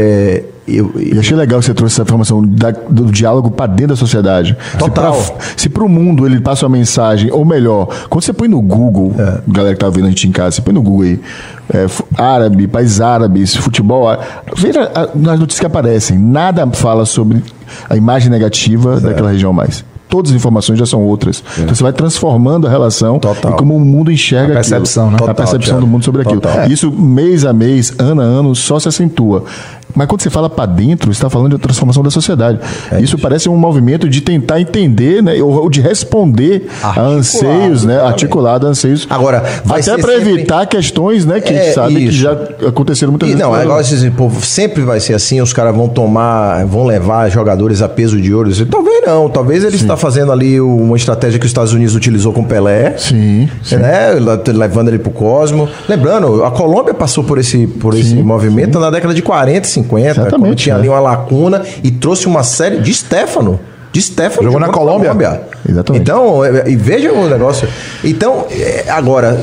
Speaker 4: E achei legal que você trouxe essa informação do diálogo para dentro da sociedade.
Speaker 3: Total.
Speaker 4: Se para o mundo ele passa uma mensagem, ou melhor, quando você põe no Google, galera que tá vendo a gente em casa, você põe no Google aí, árabe, países árabes, futebol, veja nas notícias que aparecem, nada fala sobre a imagem negativa daquela região mais. Todas as informações já são outras. Então você vai transformando a relação e como o mundo enxerga
Speaker 2: a percepção,
Speaker 4: aquilo.
Speaker 2: Né?
Speaker 4: A percepção do mundo sobre aquilo. Isso, mês a mês, ano a ano, só se acentua. Mas quando você fala para dentro, você está falando de transformação da sociedade. Isso parece um movimento de tentar entender, né, ou de responder a anseios, né, articulado a anseios.
Speaker 3: Agora,
Speaker 4: até para evitar questões, né, que a gente sabe que já aconteceram muitas vezes.
Speaker 3: Não, agora assim, sempre vai ser assim, os caras vão levar jogadores a peso de ouro. Talvez não, talvez ele está fazendo ali uma estratégia que os Estados Unidos utilizou com o Pelé.
Speaker 4: Sim.
Speaker 3: Né, levando ele pro Cosmo. Lembrando, a Colômbia passou por esse movimento na década de 40, 50, quando tinha ali uma lacuna e trouxe uma série de Stéfano.
Speaker 2: Jogou na Colômbia.
Speaker 4: Exatamente.
Speaker 3: Então, e veja o negócio. Então, agora,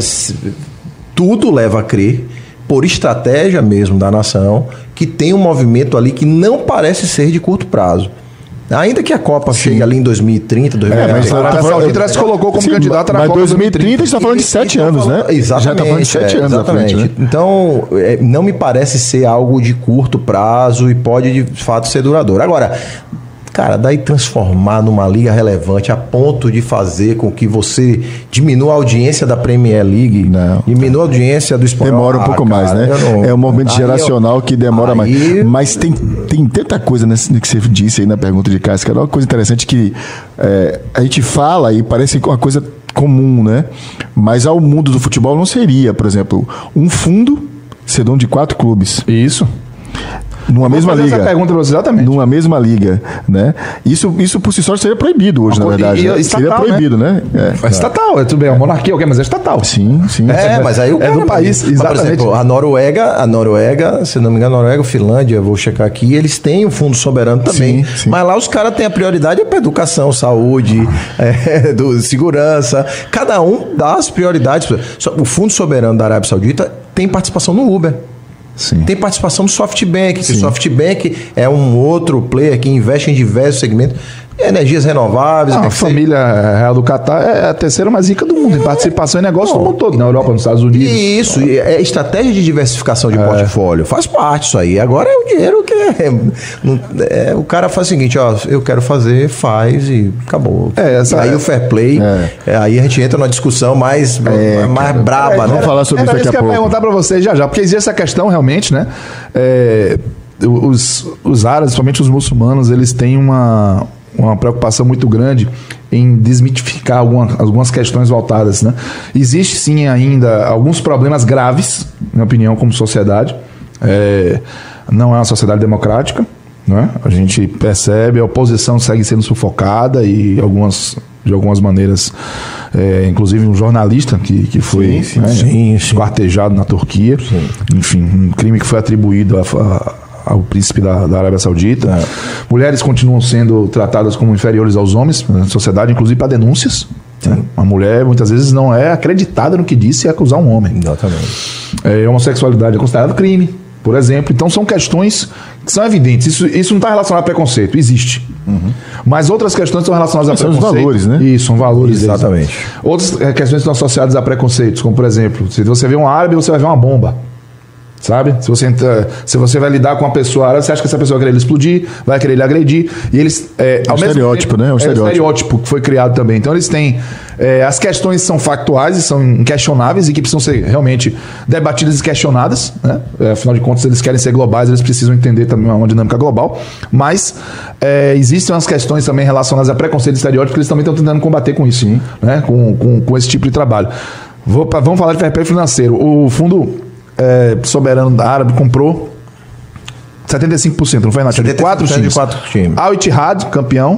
Speaker 3: tudo leva a crer, por estratégia mesmo da nação, que tem um movimento ali que não parece ser de curto prazo. Ainda que a Copa chegue ali em 2030, 2040.
Speaker 2: Mas a Arábia Saudita se colocou como candidata na Copa
Speaker 4: 2030. A gente está falando de 7 anos, né?
Speaker 3: Exatamente.
Speaker 4: Já está falando de 7 anos
Speaker 3: exatamente.
Speaker 4: Na frente, né?
Speaker 3: Então, não me parece ser algo de curto prazo e pode, de fato, ser duradouro. Agora, cara, daí transformar numa liga relevante a ponto de fazer com que você diminua a audiência da Premier League, diminua a audiência do espanhol.
Speaker 4: Demora um pouco mais, né? É um movimento geracional que demora mais. Mas tem tanta coisa que você disse aí na pergunta de Cássio, cara, uma coisa interessante que a gente fala e parece uma coisa comum, né? Mas ao mundo do futebol não seria, por exemplo, um fundo ser dono de 4 clubes.
Speaker 2: Isso.
Speaker 4: Numa mesma liga.
Speaker 2: Essa pergunta para você exatamente.
Speaker 4: Numa mesma liga, né? Isso por si só seria proibido hoje, na verdade. Né? Seria proibido, né?
Speaker 2: É estatal, tudo bem, a monarquia, mas é estatal.
Speaker 4: Sim.
Speaker 3: Mas aí o cara,
Speaker 2: do país, exatamente.
Speaker 3: Por exemplo, a Noruega, se não me engano, Finlândia, vou checar aqui, eles têm um fundo soberano também. Sim. Mas lá os caras têm a prioridade para educação, saúde, segurança. Cada um dá as prioridades. O fundo soberano da Arábia Saudita tem participação no Uber.
Speaker 4: Sim.
Speaker 3: Tem participação do SoftBank, que o SoftBank é um outro player que investe em diversos segmentos. Energias renováveis.
Speaker 2: A família real do Catar é a terceira mais rica do mundo, em participação em negócio no mundo todo, na Europa, nos Estados Unidos.
Speaker 3: Isso, é estratégia de diversificação de portfário. Faz parte disso aí. Agora é o dinheiro que o cara faz o seguinte, eu quero fazer, faz e acabou. Aí o fair play, aí a gente entra numa discussão mais braba, né?
Speaker 4: Vamos falar sobre isso daqui a pouco.
Speaker 2: Eu ia perguntar para vocês já, porque existe essa questão realmente, né? Os árabes, principalmente os muçulmanos, eles têm uma preocupação muito grande em desmitificar algumas questões voltadas, né? Existe sim ainda alguns problemas graves, na minha opinião, como sociedade. Não é uma sociedade democrática, né? A gente percebe, a oposição segue sendo sufocada e de algumas maneiras, inclusive um jornalista que foi esquartejado na Turquia. Sim. Enfim, um crime que foi atribuído ao príncipe da Arábia Saudita. Mulheres continuam sendo tratadas como inferiores aos homens na sociedade, inclusive para denúncias. Né? A mulher muitas vezes não é acreditada no que disse e acusar um homem.
Speaker 3: Exatamente.
Speaker 2: A homossexualidade é considerada crime, por exemplo. Então são questões que são evidentes. Isso não está relacionado a preconceito, existe. Mas outras questões estão relacionadas a preconceito.
Speaker 4: São os valores, né?
Speaker 2: Isso, são valores.
Speaker 3: Exatamente.
Speaker 2: Outras questões estão associadas a preconceitos, como por exemplo, se você vê um árabe, você vai ver uma bomba. Sabe? Se você vai lidar com uma pessoa árabe, você acha que essa pessoa vai querer ele explodir, vai querer ele agredir. E eles.
Speaker 4: Ao mesmo estereótipo, tempo, né?
Speaker 2: É um estereótipo que foi criado também. Então eles têm. As questões são factuais e são inquestionáveis e que precisam ser realmente debatidas e questionadas. Né? Afinal de contas, eles querem ser globais, eles precisam entender também uma dinâmica global. Mas existem umas questões também relacionadas a preconceito e estereótipo que eles também estão tentando combater com isso, né? Com esse tipo de trabalho. Vamos falar de fair play financeiro. O fundo soberano árabe comprou 75%, não foi, Nath? De 4 times. Al Ittihad, campeão.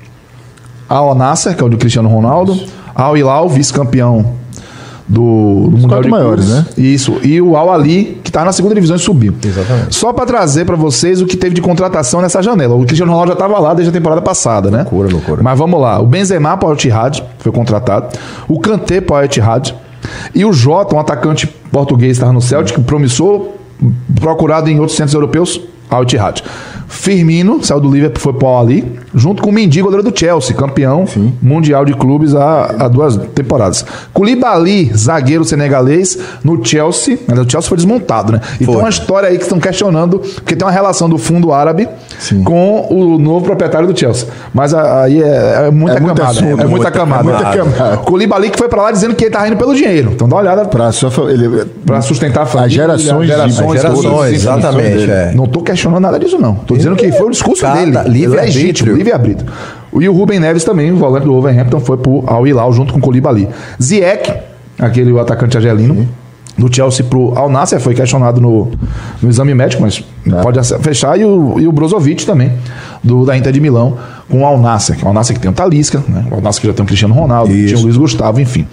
Speaker 2: Al Nassr, que é o do Cristiano Ronaldo. Al Hilal, vice-campeão do Mundial de
Speaker 4: maiores,
Speaker 2: clubes, né? Isso. E o Al Ahly, que está na segunda divisão e subiu.
Speaker 3: Exatamente.
Speaker 2: Só para trazer para vocês o que teve de contratação nessa janela. O Cristiano Ronaldo já estava lá desde a temporada passada, né?
Speaker 3: Loucura.
Speaker 2: Mas vamos lá. O Benzema para o Al Ittihad foi contratado. O Kanté para o Al Ittihad. E o Jota, um atacante português, estava no Celtic, promissor, procurado em outros centros europeus, Al Ittihad. Firmino saiu do Liverpool, foi para o Al Ahly, junto com o Mendy, goleiro do Chelsea, campeão mundial de clubes há 2 temporadas. Koulibaly, zagueiro senegalês, no Chelsea, mas o Chelsea foi desmontado, né? E tem uma história aí que estão questionando, porque tem uma relação do fundo árabe com o novo proprietário do Chelsea. Mas aí é muita camada. É muita camada. Koulibaly que foi para lá dizendo que ele tá indo pelo dinheiro. Então dá uma olhada para sustentar a família.
Speaker 4: As gerações,
Speaker 3: exatamente.
Speaker 2: Não tô questionando nada disso, não. Tô dizendo que foi o discurso dele. Legítimo, livre-arbítrio. E o Rubem Neves também, o volante do Wolverhampton, foi pro Al Hilal junto com o Koulibaly. Ziyech, aquele atacante argelino, do Chelsea pro Al Nassr, foi questionado no exame médico, mas pode fechar. E o Brozovic também, da Inter de Milão, com o Al Nassr. O Al Nassr que tem o Talisca, né? O Al Nassr que já tem o Cristiano Ronaldo, tinha o Luiz Gustavo, enfim.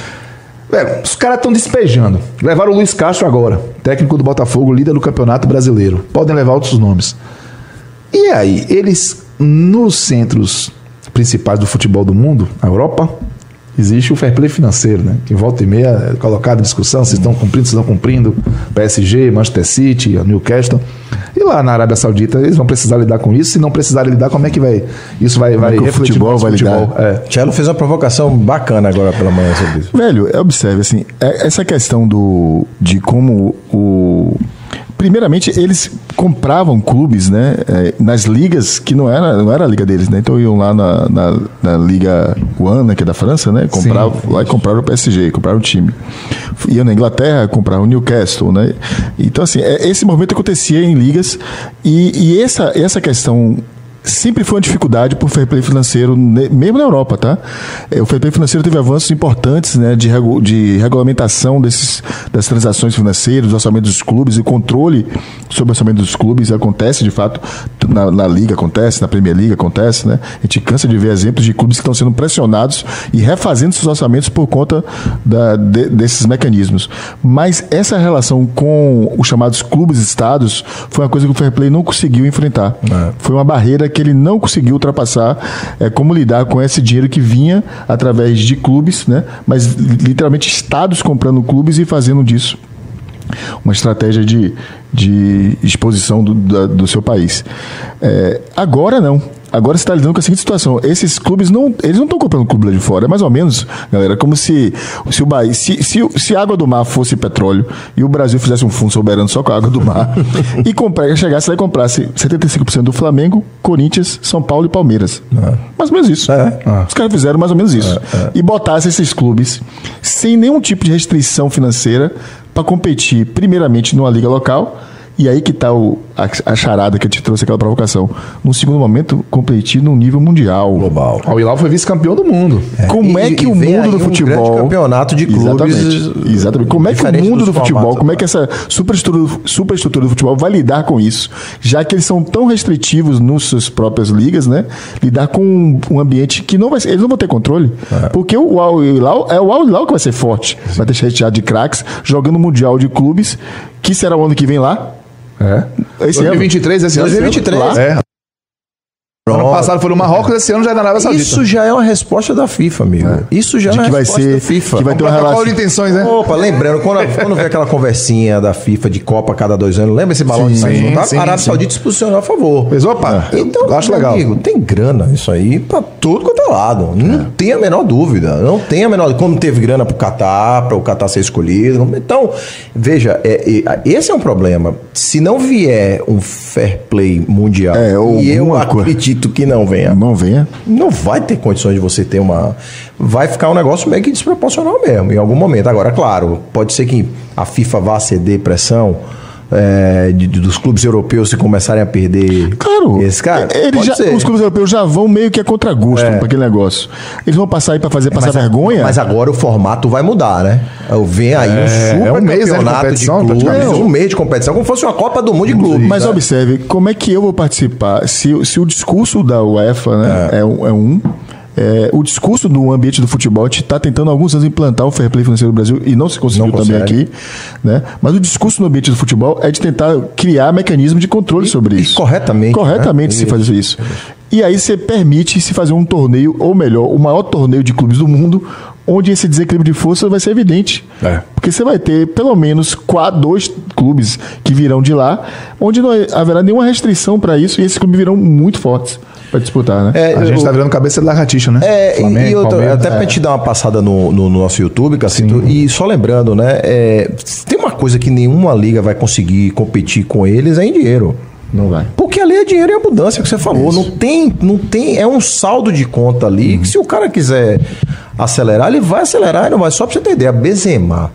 Speaker 2: Os caras estão despejando. Levaram o Luiz Castro agora, técnico do Botafogo, líder do Campeonato Brasileiro. Podem levar outros nomes. E aí, eles, nos centros principais do futebol do mundo, na Europa, existe o fair play financeiro, né? Que volta e meia é colocado em discussão, se estão cumprindo, se não cumprindo. PSG, Manchester City, Newcastle. E lá na Arábia Saudita, eles vão precisar lidar com isso. Se não precisarem lidar, como é que vai? Isso vai refletir
Speaker 4: o futebol vai lidar.
Speaker 3: Tchelo fez uma provocação bacana agora pela manhã sobre isso.
Speaker 4: Velho, observe, assim, essa questão de como primeiramente, eles compravam clubes, né, nas ligas que não era a liga deles, né? Então iam lá na Liga One, né, que é da França, né? Compravam lá e compraram o PSG, compraram o time. Iam na Inglaterra, compraram o Newcastle, né? Então, assim, esse movimento acontecia em ligas e essa questão sempre foi uma dificuldade para o fair play financeiro, mesmo na Europa, tá? O fair play financeiro teve avanços importantes, né, de regulamentação das transações financeiras, dos orçamentos dos clubes, e controle sobre o orçamento dos clubes acontece, de fato, na Liga acontece, na Premier League acontece, né? A gente cansa de ver exemplos de clubes que estão sendo pressionados e refazendo seus orçamentos por conta desses mecanismos. Mas essa relação com os chamados clubes-estados foi uma coisa que o fair play não conseguiu enfrentar. Foi uma barreira que ele não conseguiu ultrapassar, como lidar com esse dinheiro que vinha através de clubes, né? Mas literalmente estados comprando clubes e fazendo disso uma estratégia de exposição do seu país. Agora não. Agora você está lidando com a seguinte situação: esses clubes eles não estão comprando clube lá de fora. É mais ou menos, galera, como se a água do mar fosse petróleo e o Brasil fizesse um fundo soberano só com a água do mar e chegasse lá e comprasse 75% do Flamengo, Corinthians, São Paulo e Palmeiras. Mais ou menos isso. Os caras fizeram mais ou menos isso. E botasse esses clubes sem nenhum tipo de restrição financeira para competir, primeiramente, numa liga local. E aí que está a charada que eu te trouxe, aquela provocação. No segundo momento, competir num nível mundial.
Speaker 3: Global.
Speaker 2: O Hilal foi vice-campeão do mundo.
Speaker 4: Como é que o mundo do futebol...
Speaker 3: Um grande campeonato de clubes...
Speaker 4: Exatamente. Como é que o mundo do futebol, como é que essa superestrutura do futebol vai lidar com isso? Já que eles são tão restritivos nas suas próprias ligas, né? Lidar com um ambiente que não vai ser... Eles não vão ter controle. Porque o Al Hilal que vai ser forte. Vai ter recheado de craques, jogando o Mundial de Clubes, que será o ano que vem lá.
Speaker 2: Esse 2023, esse ano.
Speaker 3: 2023.
Speaker 2: Lá. Ano passado foi no Marrocos, esse ano já é na Arábia Saudita.
Speaker 3: Isso já é uma resposta da FIFA, amigo. Isso já é uma
Speaker 4: que vai
Speaker 3: resposta
Speaker 4: ser,
Speaker 3: da FIFA.
Speaker 4: que vai ter uma relação
Speaker 2: de intenções, né?
Speaker 3: Opa, lembrando, quando vê aquela conversinha da FIFA de Copa a cada 2 anos, lembra esse balão de sangue? A Arábia Saudita se posicionou a favor.
Speaker 2: Mas, opa,
Speaker 3: então,
Speaker 2: acho legal.
Speaker 3: Amigo, tem grana isso aí pra tudo quanto é lado. Não tem a menor dúvida. Não tem a menor. Como teve grana pro Catar, para o Catar ser escolhido. Então, veja, esse é um problema. Se não vier um fair play mundial, e eu acredito que não venha.
Speaker 4: Não venha.
Speaker 3: Não vai ter condições de você ter uma... Vai ficar um negócio meio que desproporcional mesmo, em algum momento. Agora, claro, pode ser que a FIFA vá ceder pressão dos clubes europeus se começarem a perder...
Speaker 4: Claro.
Speaker 3: Esse cara,
Speaker 4: os clubes europeus já vão meio que a contragosto para aquele negócio. Eles vão passar aí para passar vergonha.
Speaker 3: Mas agora o formato vai mudar, né? Vem aí um super campeonato de clubes. Um mês de competição, como se fosse uma Copa do Mundo de clubes.
Speaker 4: Mas observe, como é que eu vou participar? Se o discurso da UEFA, né, o discurso do ambiente do futebol, a gente está tentando há alguns anos implantar o fair play financeiro do Brasil e não se conseguiu também aqui, né? Mas o discurso no ambiente do futebol é de tentar criar mecanismo de controle sobre isso. Corretamente se faz isso. E aí você permite se fazer um torneio, ou melhor, o maior torneio de clubes do mundo, onde esse desequilíbrio de força vai ser evidente. Porque você vai ter pelo menos 2 clubes que virão de lá, onde não haverá nenhuma restrição para isso, e esses clubes virão muito fortes para disputar, né?
Speaker 2: A gente tá virando cabeça de lagartixa, né?
Speaker 3: Flamengo, e outra, até pra gente dar uma passada no nosso YouTube, Cacito, e só lembrando, né? Tem uma coisa que nenhuma liga vai conseguir competir com eles, é em dinheiro.
Speaker 4: Não vai.
Speaker 3: Porque ali é dinheiro e abundância que você falou. Não tem. É um saldo de conta ali que se o cara quiser acelerar, ele vai acelerar e não vai. Só pra você ter ideia, a Benzema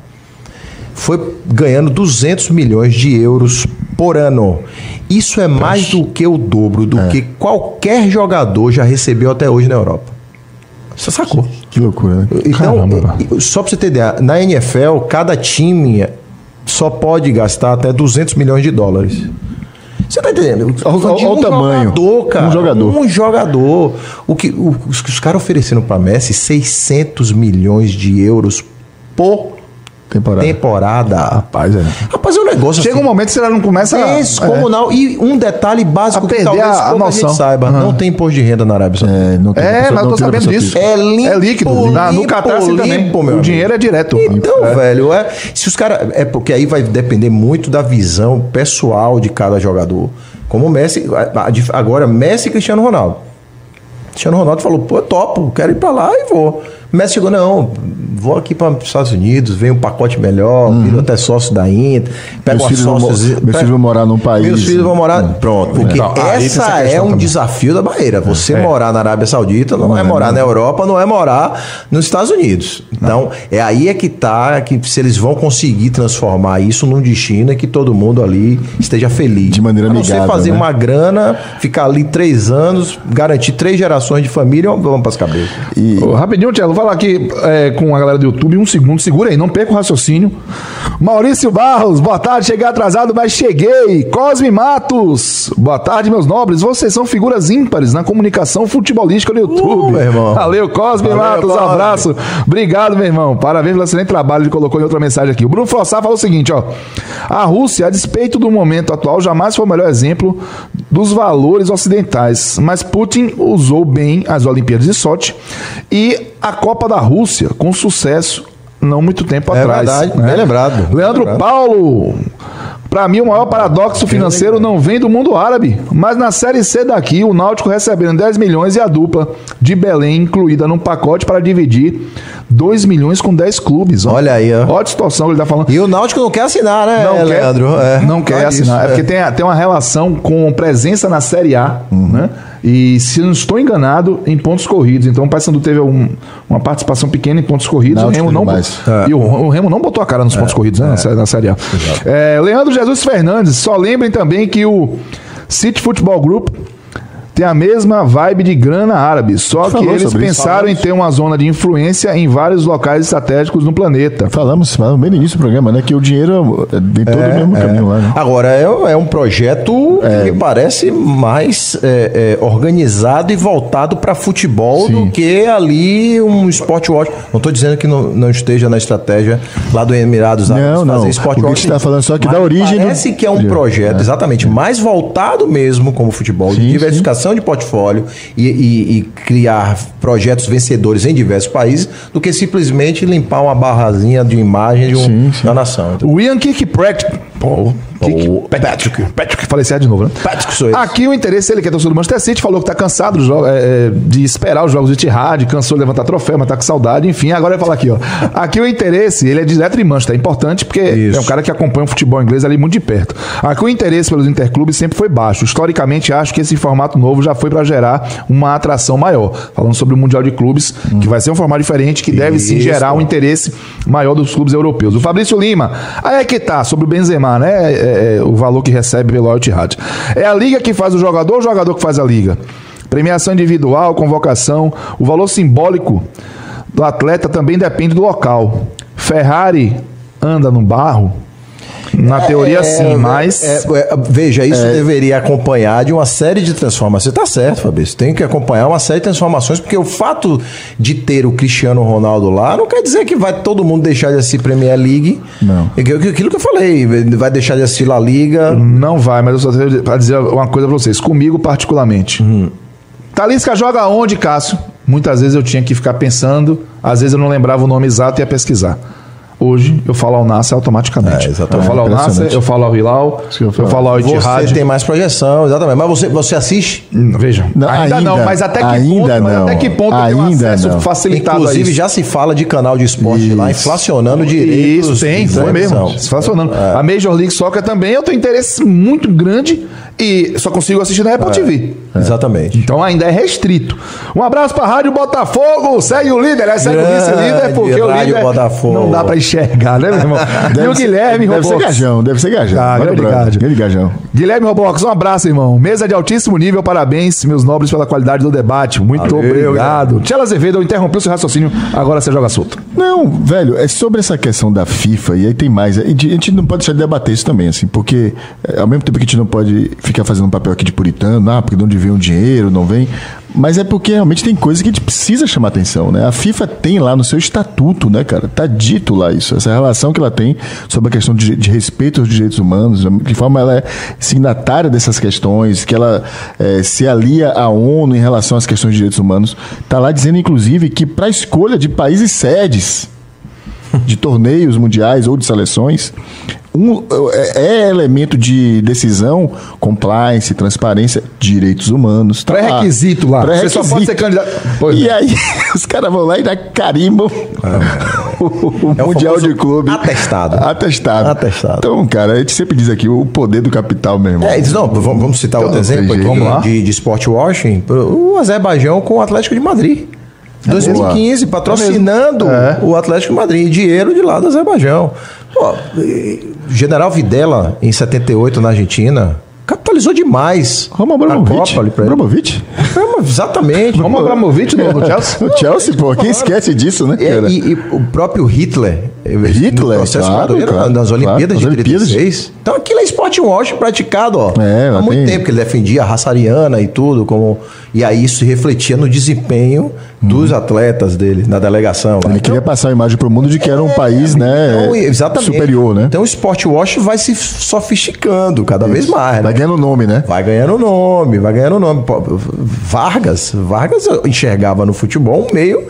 Speaker 3: foi ganhando 200 milhões de euros por ano. Isso é mais do que o dobro do que qualquer jogador já recebeu até hoje na Europa. Você sacou?
Speaker 4: Que loucura, né?
Speaker 3: Então, só pra você ter ideia, na NFL, cada time só pode gastar até 200 milhões de dólares. Você tá entendendo?
Speaker 4: Olha o tamanho.
Speaker 3: Jogador, cara.
Speaker 4: Um
Speaker 3: jogador. Os caras ofereceram para Messi 600 milhões de euros por temporada.
Speaker 4: Rapaz,
Speaker 3: é um negócio.
Speaker 2: Chega um momento que você não começa
Speaker 3: descomunal. E um detalhe básico
Speaker 2: que talvez a noção.
Speaker 3: Gente saiba: não tem imposto de renda na Arábia Saudita.
Speaker 2: Mas eu tô sabendo disso.
Speaker 3: É líquido.
Speaker 2: No Catar assim também. O dinheiro é direto.
Speaker 3: Então, velho, se os caras. Porque aí vai depender muito da visão pessoal de cada jogador. Como o Messi. Agora, Messi e Cristiano Ronaldo. Cristiano Ronaldo falou: pô, eu topo, quero ir pra lá e vou. Messi chegou: não, vou aqui para os Estados Unidos, vem um pacote melhor, viro até sócio da Inter, pego
Speaker 4: meus filhos vão morar num país.
Speaker 3: Meus filhos vão morar. Pronto, porque essa é um desafio da barreira. Você morar na Arábia Saudita não é morar na Europa, não é morar nos Estados Unidos. Então, aí é que tá, que se eles vão conseguir transformar isso num destino, é que todo mundo ali esteja feliz.
Speaker 4: De maneira amigável.
Speaker 3: Você fazer uma grana, ficar ali 3 anos, garantir 3 gerações de família, vamos para as cabeças.
Speaker 2: Rapidinho, Thiago, vou falar aqui com a galera do YouTube, 1 segundo, segura aí, não perca o raciocínio. Maurício Barros, boa tarde, cheguei atrasado, mas cheguei. Cosme Matos, boa tarde, meus nobres, vocês são figuras ímpares na comunicação futebolística no YouTube.
Speaker 3: Meu irmão.
Speaker 2: Valeu, Cosme Matos, um abraço. Obrigado, meu irmão, parabéns pelo excelente trabalho, ele colocou em outra mensagem aqui. O Bruno Frossá falou o seguinte, a Rússia, a despeito do momento atual, jamais foi o melhor exemplo dos valores ocidentais, mas Putin usou bem as Olimpíadas de Sochi e a Copa da Rússia com sucesso não muito tempo atrás.
Speaker 3: É verdade, bem lembrado.
Speaker 2: Leandro Paulo, para mim o maior paradoxo financeiro não vem do mundo árabe, mas na Série C daqui, o Náutico recebendo 10 milhões e a dupla de Belém incluída num pacote para dividir 2 milhões com 10 clubes.
Speaker 3: Olha aí, ó.
Speaker 2: Olha a situação que ele tá falando.
Speaker 3: E o Náutico não quer assinar, né, Leandro?
Speaker 2: Não quer assinar. Porque tem uma relação com presença na Série A, né? E se não estou enganado, em pontos corridos. Então o Paysandu teve uma participação pequena em pontos corridos.
Speaker 4: Náutico
Speaker 2: o Remo não e o Remo não botou a cara nos pontos corridos, né, na Série A. Leandro Jesus Fernandes, só lembrem também que o City Football Group tem a mesma vibe de grana árabe, só que eles pensaram em ter uma zona de influência em vários locais estratégicos no planeta.
Speaker 4: Falamos bem no início do programa, né? Que o dinheiro vem todo o mesmo caminho lá, né?
Speaker 3: Agora, é um projeto que me parece mais organizado e voltado para futebol do que ali um esporte watch. Não estou dizendo que não esteja na estratégia lá do Emirados Árabes fazer esporte watch.
Speaker 4: O que você está falando só que dá origem...
Speaker 3: Parece que é um projeto, exatamente, mais voltado mesmo como futebol, de diversificação gestão de portfólio e criar projetos vencedores em diversos países do que simplesmente limpar uma barrazinha de imagem da nação.
Speaker 2: O Ian Kirkpatrick. Patrick, falei certo de novo, né?
Speaker 3: Patrick sou eu.
Speaker 2: Aqui o interesse, ele que é torcedor do Manchester City, falou que tá cansado de esperar os jogos de Etihad, cansou de levantar troféu, mas tá com saudade, enfim, agora vai falar aqui, ó. Aqui o interesse, ele é direto em Manchester, é importante porque é um cara que acompanha o futebol inglês ali muito de perto. Aqui o interesse pelos interclubes sempre foi baixo. Historicamente, acho que esse formato novo já foi para gerar uma atração maior. Falando sobre o Mundial de Clubes, que vai ser um formato diferente, que deve sim gerar um interesse maior dos clubes europeus. O Fabrício Lima, aí é que tá, sobre o Benzema, né? O valor que recebe pelo Etihad. É a liga que faz o jogador ou o jogador que faz a liga? Premiação individual, convocação, o valor simbólico do atleta também depende do local. Ferrari anda no barro? Na teoria, sim, mas...
Speaker 3: Veja, isso deveria acompanhar de uma série de transformações. Você está certo, Fabrício. Tem que acompanhar uma série de transformações, porque o fato de ter o Cristiano Ronaldo lá não quer dizer que vai todo mundo deixar de assistir Premier League.
Speaker 2: Não.
Speaker 3: Aquilo que eu falei, vai deixar de assistir La Liga.
Speaker 2: Não vai, mas eu só tenho para dizer uma coisa para vocês. Comigo, particularmente. Talisca joga onde, Cássio? Muitas vezes eu tinha que ficar pensando, às vezes eu não lembrava o nome exato e ia pesquisar. Hoje, eu falo ao Nasser automaticamente. Eu falo ao Nasser, eu falo ao Hilal, eu falo ao Etihad.
Speaker 3: Você tem mais projeção, exatamente. Mas você assiste?
Speaker 2: Veja, ainda não, mas até que ponto tem um acesso facilitado.
Speaker 3: Inclusive, já se fala de canal de esporte lá, inflacionando direitos.
Speaker 2: Isso, tem, foi mesmo. Inflacionando. A Major League Soccer também, eu tenho interesse muito grande e só consigo assistir na Apple TV.
Speaker 3: Exatamente.
Speaker 2: Então ainda é restrito. Um abraço pra Rádio Botafogo, segue o líder, segue o vice-líder, porque o líder
Speaker 3: Botafogo.
Speaker 2: Não dá pra enxergar, né, meu irmão? E o Guilherme
Speaker 4: Robox. Deve ser gajão.
Speaker 2: Grande
Speaker 4: gajão.
Speaker 2: Guilherme Robox, um abraço, irmão. Mesa de altíssimo nível, parabéns, meus nobres, pela qualidade do debate. Muito obrigado. Tchela Azevedo, interrompeu seu raciocínio, agora você joga solto.
Speaker 4: Não, velho, é sobre essa questão da FIFA, e aí tem mais. A gente não pode deixar de debater isso também, assim, porque ao mesmo tempo que a gente não pode ficar fazendo um papel aqui de puritano, porque de onde vem o dinheiro, não vem. Mas é porque realmente tem coisa que a gente precisa chamar atenção, né? A FIFA tem lá no seu estatuto, né, cara? Tá dito lá isso, essa relação que ela tem sobre a questão de respeito aos direitos humanos, de forma ela é signatária dessas questões, que ela se alia à ONU em relação às questões de direitos humanos. Tá lá dizendo, inclusive, que para a escolha de países sedes de torneios mundiais ou de seleções, é elemento de decisão, compliance, transparência, direitos humanos.
Speaker 2: Tá pré-requisito lá.
Speaker 4: Você
Speaker 2: só pode ser candidato.
Speaker 4: Aí os caras vão lá e dá carimbam o Mundial de Clube.
Speaker 3: Atestado.
Speaker 4: Então, cara, a gente sempre diz aqui o poder do capital, meu irmão.
Speaker 3: Vamos citar outro exemplo aqui de sport washing. O Azerbaijão com o Atlético de Madrid. 2015, patrocinando o Atlético de Madrid, dinheiro de lá do Azerbaijão. Pô, General Videla, em 78, na Argentina, capitalizou demais.
Speaker 4: Roman Abramovich?
Speaker 3: Exatamente.
Speaker 2: Roman Abramovich no Chelsea?
Speaker 4: O Chelsea, pô, quem esquece disso, né, cara?
Speaker 3: E o próprio Hitler, no processo nas Olimpíadas de 36. Então aquilo é sport wash praticado há muito tempo, que ele defendia a raça ariana e tudo, e aí isso se refletia no desempenho dos atletas dele, na delegação.
Speaker 4: Ele queria passar a imagem para o mundo de que era um país, né, superior, né?
Speaker 3: Então o sport wash vai se sofisticando cada vez mais.
Speaker 4: Vai ganhando nome, né?
Speaker 3: Vai ganhando nome. Vargas enxergava no futebol um meio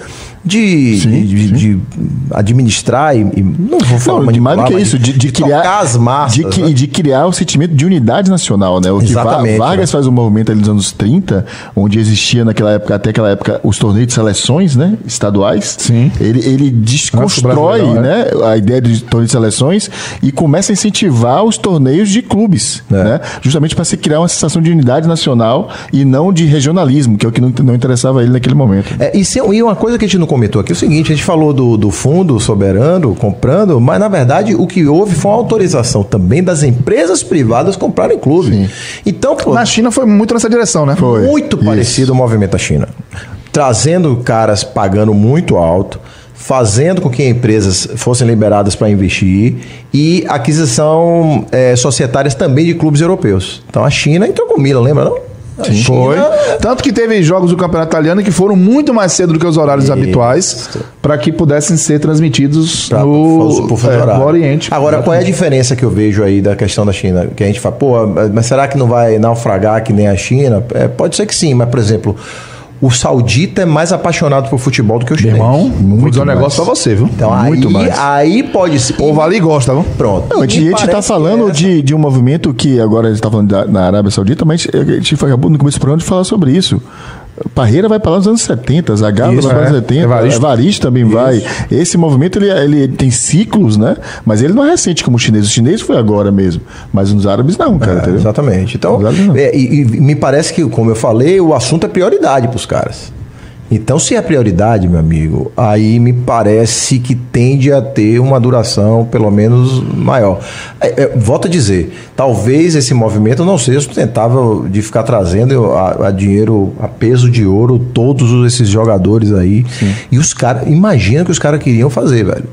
Speaker 3: de administrar e não vou falar
Speaker 4: mais do que isso, de criar
Speaker 3: as massas,
Speaker 4: de criar um sentimento de unidade nacional, né? O que Vargas faz um movimento ali nos anos 30, onde existia até aquela época os torneios de seleções, né, estaduais.
Speaker 2: Sim.
Speaker 4: Ele desconstrói, né, a ideia de torneio de seleções e começa a incentivar os torneios de clubes, né? Justamente para se criar uma sensação de unidade nacional e não de regionalismo, que é o que não interessava a ele naquele momento.
Speaker 3: E uma coisa que a gente não comentou aqui é o seguinte: a gente falou do fundo soberano comprando, mas na verdade o que houve foi uma autorização também das empresas privadas comprarem clube.
Speaker 4: Sim.
Speaker 3: Então,
Speaker 2: na China foi muito nessa direção, né?
Speaker 3: Foi muito parecido o movimento da China, trazendo caras pagando muito alto, fazendo com que empresas fossem liberadas para investir e aquisição societárias também de clubes europeus. Então a China entrou com o Milan, lembra não?
Speaker 2: Sim. Foi. Tanto que teve jogos do Campeonato Italiano que foram muito mais cedo do que os horários habituais para que pudessem ser transmitidos no Oriente.
Speaker 3: Agora, qual é a diferença que eu vejo aí da questão da China? Que a gente fala, mas será que não vai naufragar que nem a China? Pode ser que sim, mas, por exemplo, o saudita é mais apaixonado por futebol do que o chinês.
Speaker 2: Irmão, vou dizer um negócio pra você, viu?
Speaker 3: Então, aí pode ser.
Speaker 2: O povo ali gosta, viu?
Speaker 3: Pronto.
Speaker 4: Não, a gente tá falando de um movimento que agora a gente tá falando na Arábia Saudita, mas a gente acabou no começo do programa de falar sobre isso. Parreira vai para lá nos anos 70, Zagallo vai para os anos 70, Evaristo também vai. Esse movimento ele tem ciclos, né? Mas ele não é recente como o chinês. O chinês foi agora mesmo, mas nos árabes não, cara. Entendeu?
Speaker 3: Exatamente. Então, e me parece que, como eu falei, o assunto é prioridade para os caras. Então, se é prioridade, meu amigo, aí me parece que tende a ter uma duração pelo menos maior. Volto a dizer, talvez esse movimento não seja sustentável de ficar trazendo a dinheiro, a peso de ouro, todos esses jogadores aí. Sim. E os caras, imagina o que os caras queriam fazer, velho.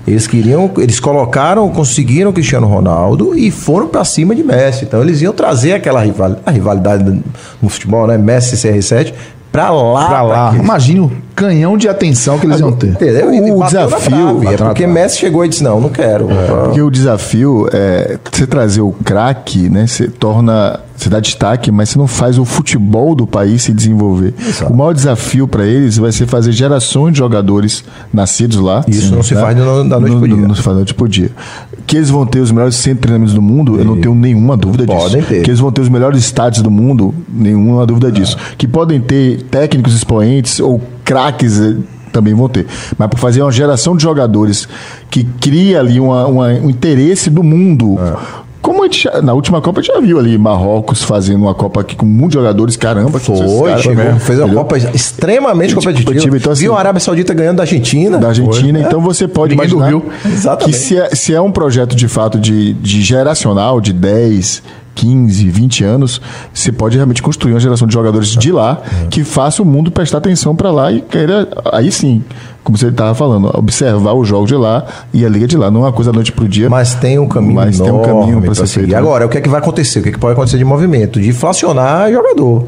Speaker 3: Eles conseguiram o Cristiano Ronaldo e foram pra cima de Messi. Então, eles iam trazer aquela rivalidade no futebol, né? Messi e CR7. Pra lá.
Speaker 2: Imagina o canhão de atenção que eles iam ter.
Speaker 3: Entendeu?
Speaker 4: O desafio.
Speaker 3: Porque Messi chegou e disse: não quero.
Speaker 4: Porque o desafio é você trazer o craque, né? Você dá destaque, mas você não faz o futebol do país se desenvolver. Exato. O maior desafio para eles vai ser fazer gerações de jogadores nascidos lá.
Speaker 3: Isso não se faz da noite pro dia.
Speaker 4: Não se faz da noite pro dia. Que eles vão ter os melhores centros de treinamentos do mundo, eu não tenho nenhuma dúvida disso.
Speaker 3: Podem ter.
Speaker 4: Que eles vão ter os melhores estádios do mundo, nenhuma dúvida disso. Que podem ter técnicos expoentes ou craques também vão ter. Mas para fazer uma geração de jogadores que cria ali um interesse do mundo. Como a gente, na última Copa a gente já viu ali Marrocos fazendo uma Copa aqui com muitos jogadores, caramba.
Speaker 3: Fez uma Copa extremamente competitiva.
Speaker 4: Então, assim,
Speaker 3: viu a Arábia Saudita ganhando da Argentina.
Speaker 4: Então você pode imaginar que se é um projeto de fato de geracional, de 10, 15, 20 anos, você pode realmente construir uma geração de jogadores de lá que faça o mundo prestar atenção para lá e queira, aí sim, como você estava falando, observar o jogo de lá e a liga de lá. Não é uma coisa da noite pro dia.
Speaker 3: Mas tem um caminho
Speaker 4: para ser feito.
Speaker 3: E agora, o que é que vai acontecer? O que é que pode acontecer de movimento? De inflacionar jogador.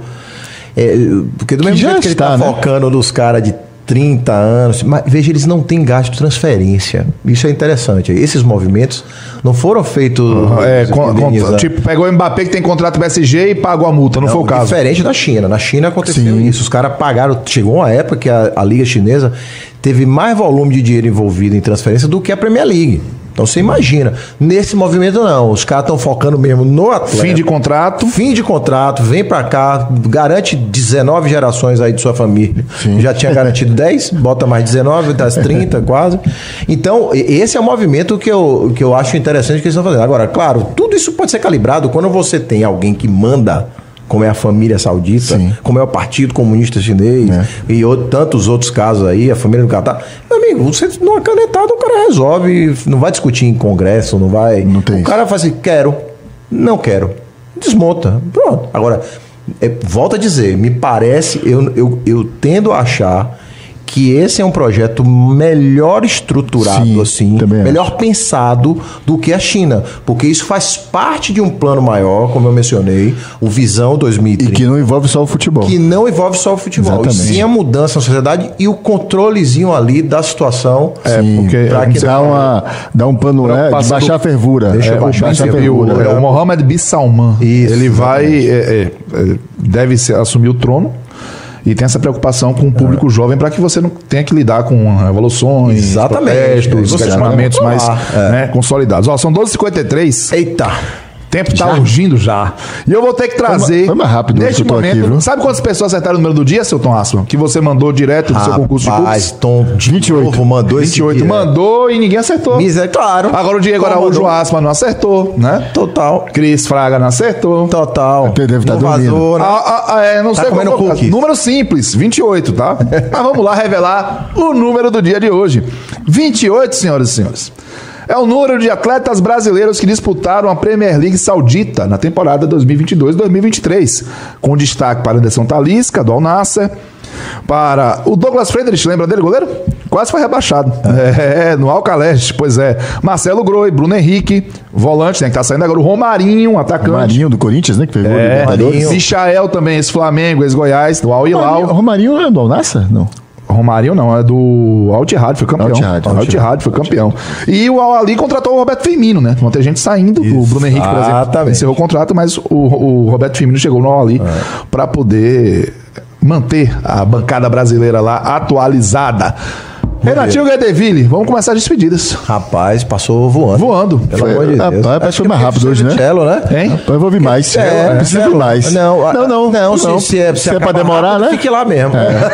Speaker 3: Porque do mesmo jeito que ele está focando nos caras de 30 anos, mas veja, eles não têm gasto de transferência. Isso é interessante. Esses movimentos não foram feitos...
Speaker 2: tipo, pegou o Mbappé que tem contrato PSG e pagou a multa, não foi o caso.
Speaker 3: Diferente da China. Na China aconteceu isso. Os caras pagaram... Chegou uma época que a Liga Chinesa teve mais volume de dinheiro envolvido em transferência do que a Premier League. Então você imagina, nesse movimento não, os caras estão focando mesmo no atleta.
Speaker 2: Fim de contrato,
Speaker 3: vem pra cá, garante 19 gerações aí de sua família. Sim. Já tinha garantido 10, bota mais 19, das 30 quase. Então, esse é o movimento que eu acho interessante que eles estão fazendo. Agora, claro, tudo isso pode ser calibrado quando você tem alguém que manda, como é a família saudita, como é o Partido Comunista Chinês e tantos outros casos aí, a família do Catar. Meu amigo, você numa canetada o cara resolve, não vai discutir em congresso, não vai...
Speaker 4: Não tem
Speaker 3: o cara faz assim, não quero, desmonta, pronto. Agora, volto a dizer, me parece, eu tendo a achar que esse é um projeto melhor estruturado, melhor pensado do que a China, porque isso faz parte de um plano maior, como eu mencionei, o Visão 2030.
Speaker 4: E que não envolve só o futebol.
Speaker 3: Exatamente. E sim a mudança na sociedade e o controlezinho ali da situação.
Speaker 2: Porque
Speaker 4: dá um pano de baixar a fervura.
Speaker 2: Baixar a fervura. O Mohammed bin Salman, ele deve assumir o trono. E tem essa preocupação com o público jovem para que você não tenha que lidar com revoluções, protestos, questionamentos mais consolidados. São 12h53.
Speaker 3: Eita!
Speaker 2: O tempo está urgindo já. E eu vou ter que trazer...
Speaker 4: Foi mais rápido
Speaker 2: neste momento. Aqui, sabe quantas pessoas acertaram o número do dia, seu Tom Assman? Que você mandou direto do seu concurso de cookies?
Speaker 3: Tom,
Speaker 2: 28.
Speaker 3: Mandou
Speaker 2: 28 mandou e ninguém acertou.
Speaker 3: Claro.
Speaker 2: Agora o Diego Araújo Assman não acertou, né?
Speaker 3: Total.
Speaker 2: Cris Fraga não acertou.
Speaker 3: Total.
Speaker 4: Deve estar dormindo.
Speaker 2: Não sei
Speaker 3: comendo cookies.
Speaker 2: Número simples, 28, tá? Mas vamos lá revelar o número do dia de hoje. 28, senhoras e senhores. É o número de atletas brasileiros que disputaram a Premier League Saudita na temporada 2022-2023, com destaque para Anderson Talisca, do Al Nassr, Para o Douglas Friedrich, lembra dele, goleiro? Quase foi rebaixado. No Alcaleste, pois é. Marcelo Groi, Bruno Henrique, volante, né, que tá saindo agora. O Romarinho, atacante.
Speaker 4: Romarinho do Corinthians, né? Que pegou o Libertadores.
Speaker 2: Michael também, esse-Flamengo, ex-Goiás, do Al Hilal.
Speaker 4: Romarinho não é do Al-Nassr? Não.
Speaker 2: Romarinho não, é do Al-Ittihad, foi campeão. Al-Ittihad foi campeão. E o Al-Ali contratou o Roberto Firmino, né? Vão ter gente saindo. O Bruno Henrique, por exemplo, encerrou o contrato, mas o Roberto Firmino chegou no Al-Ali para poder manter a bancada brasileira lá atualizada. Renatinho Guedeville, vamos começar as despedidas.
Speaker 3: Rapaz, passou voando. Pelo amor de Deus.
Speaker 4: Rapaz, parece que foi mais rápido hoje, né?
Speaker 3: Cello, né?
Speaker 2: Hein?
Speaker 4: Rapaz, eu vou ouvir mais. Preciso ouvir mais.
Speaker 3: Não. Se é
Speaker 4: pra demorar,
Speaker 3: rápido,
Speaker 4: né?
Speaker 3: Fique lá mesmo.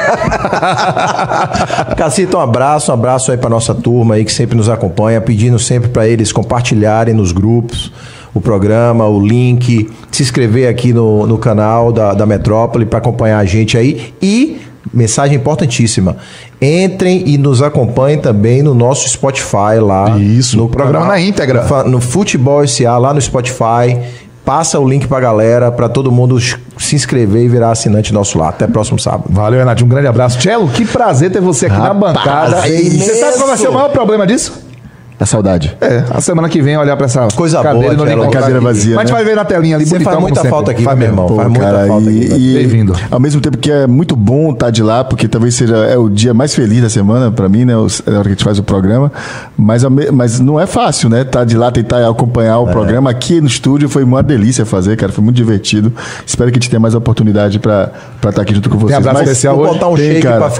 Speaker 3: Cacito, um abraço aí pra nossa turma aí que sempre nos acompanha, pedindo sempre pra eles compartilharem nos grupos o programa, o link, se inscrever aqui no canal da Metrópole para acompanhar a gente aí e mensagem importantíssima. Entrem e nos acompanhem também no nosso Spotify lá.
Speaker 2: Isso,
Speaker 3: no
Speaker 2: programa na íntegra.
Speaker 3: No Futebol SA, lá no Spotify. Passa o link pra galera, pra todo mundo se inscrever e virar assinante nosso lá. Até próximo sábado.
Speaker 2: Valeu, Renatinho. Um grande abraço. Cello, que prazer ter você aqui na bancada. Você sabe qual vai ser o maior problema disso?
Speaker 4: A saudade.
Speaker 2: A semana que vem olhar pra essa
Speaker 3: coisa
Speaker 2: cadeira
Speaker 3: boa,
Speaker 2: e não
Speaker 4: cadeira vazia.
Speaker 2: Mas a gente vai ver na telinha ali.
Speaker 3: Você faz muita falta aqui, meu irmão. Faz muita falta aqui.
Speaker 2: Bem-vindo.
Speaker 4: Ao mesmo tempo que é muito bom estar de lá, porque talvez seja o dia mais feliz da semana pra mim, né? É a hora que a gente faz o programa. Mas não é fácil, né? Estar de lá, tentar acompanhar o programa. Aqui no estúdio foi uma delícia fazer, cara. Foi muito divertido. Espero que a gente tenha mais oportunidade pra estar aqui junto com vocês.
Speaker 2: Tem abraço especial
Speaker 3: vou
Speaker 2: hoje?
Speaker 3: botar um shake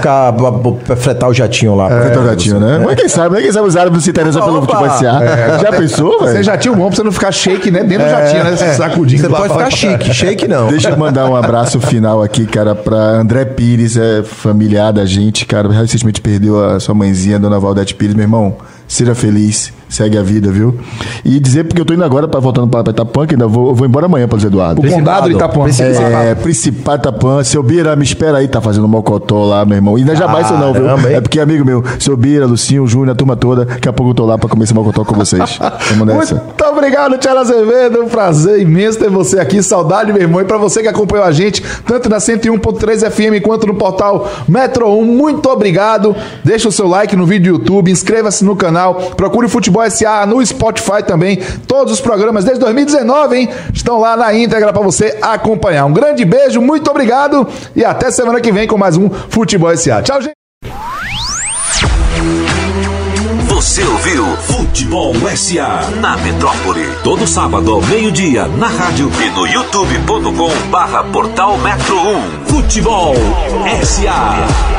Speaker 3: pra fretar o jatinho lá.
Speaker 4: Fretar o jatinho, né? Mas quem sabe os árabes não se interessam pelo futebol SA. Já pensou, velho?
Speaker 2: Você já tinha um bom pra você não ficar shake, né? Dentro do jatinho, né? Sacudindo.
Speaker 3: Você pode ficar chique, shake não.
Speaker 4: Deixa eu mandar um abraço final aqui, cara, pra André Pires, familiar da gente, cara. Recentemente perdeu a sua mãezinha, Dona Valdete Pires. Meu irmão, seja feliz, segue a vida, viu? E dizer, porque eu tô indo agora, voltando pra Itapuã, que ainda vou embora amanhã pra Luiz Eduardo.
Speaker 2: O condado de Itapuã.
Speaker 4: Principal Itapuã. Seu Bira, me espera aí, tá fazendo mocotó lá, meu irmão. E ainda já vai isso não, viu? É porque, amigo meu, seu Bira, Lucinho, Júnior, a turma toda, daqui a pouco eu tô lá pra comer esse mocotó com vocês. Vamos nessa.
Speaker 2: Muito obrigado, Thiago Azevedo. Um prazer imenso ter você aqui. Saudade, meu irmão. E pra você que acompanhou a gente, tanto na 101.3 FM quanto no portal Metro 1, muito obrigado. Deixa o seu like no vídeo do YouTube, inscreva-se no canal, procure o Futebol SA no Spotify também. Todos os programas desde 2019, hein? Estão lá na íntegra pra você acompanhar. Um grande beijo, muito obrigado e até semana que vem com mais um Futebol SA. Tchau, gente.
Speaker 1: Você ouviu Futebol SA na Metrópole. Todo sábado ao meio-dia na rádio e no youtube.com/portal Metro 1. Futebol SA.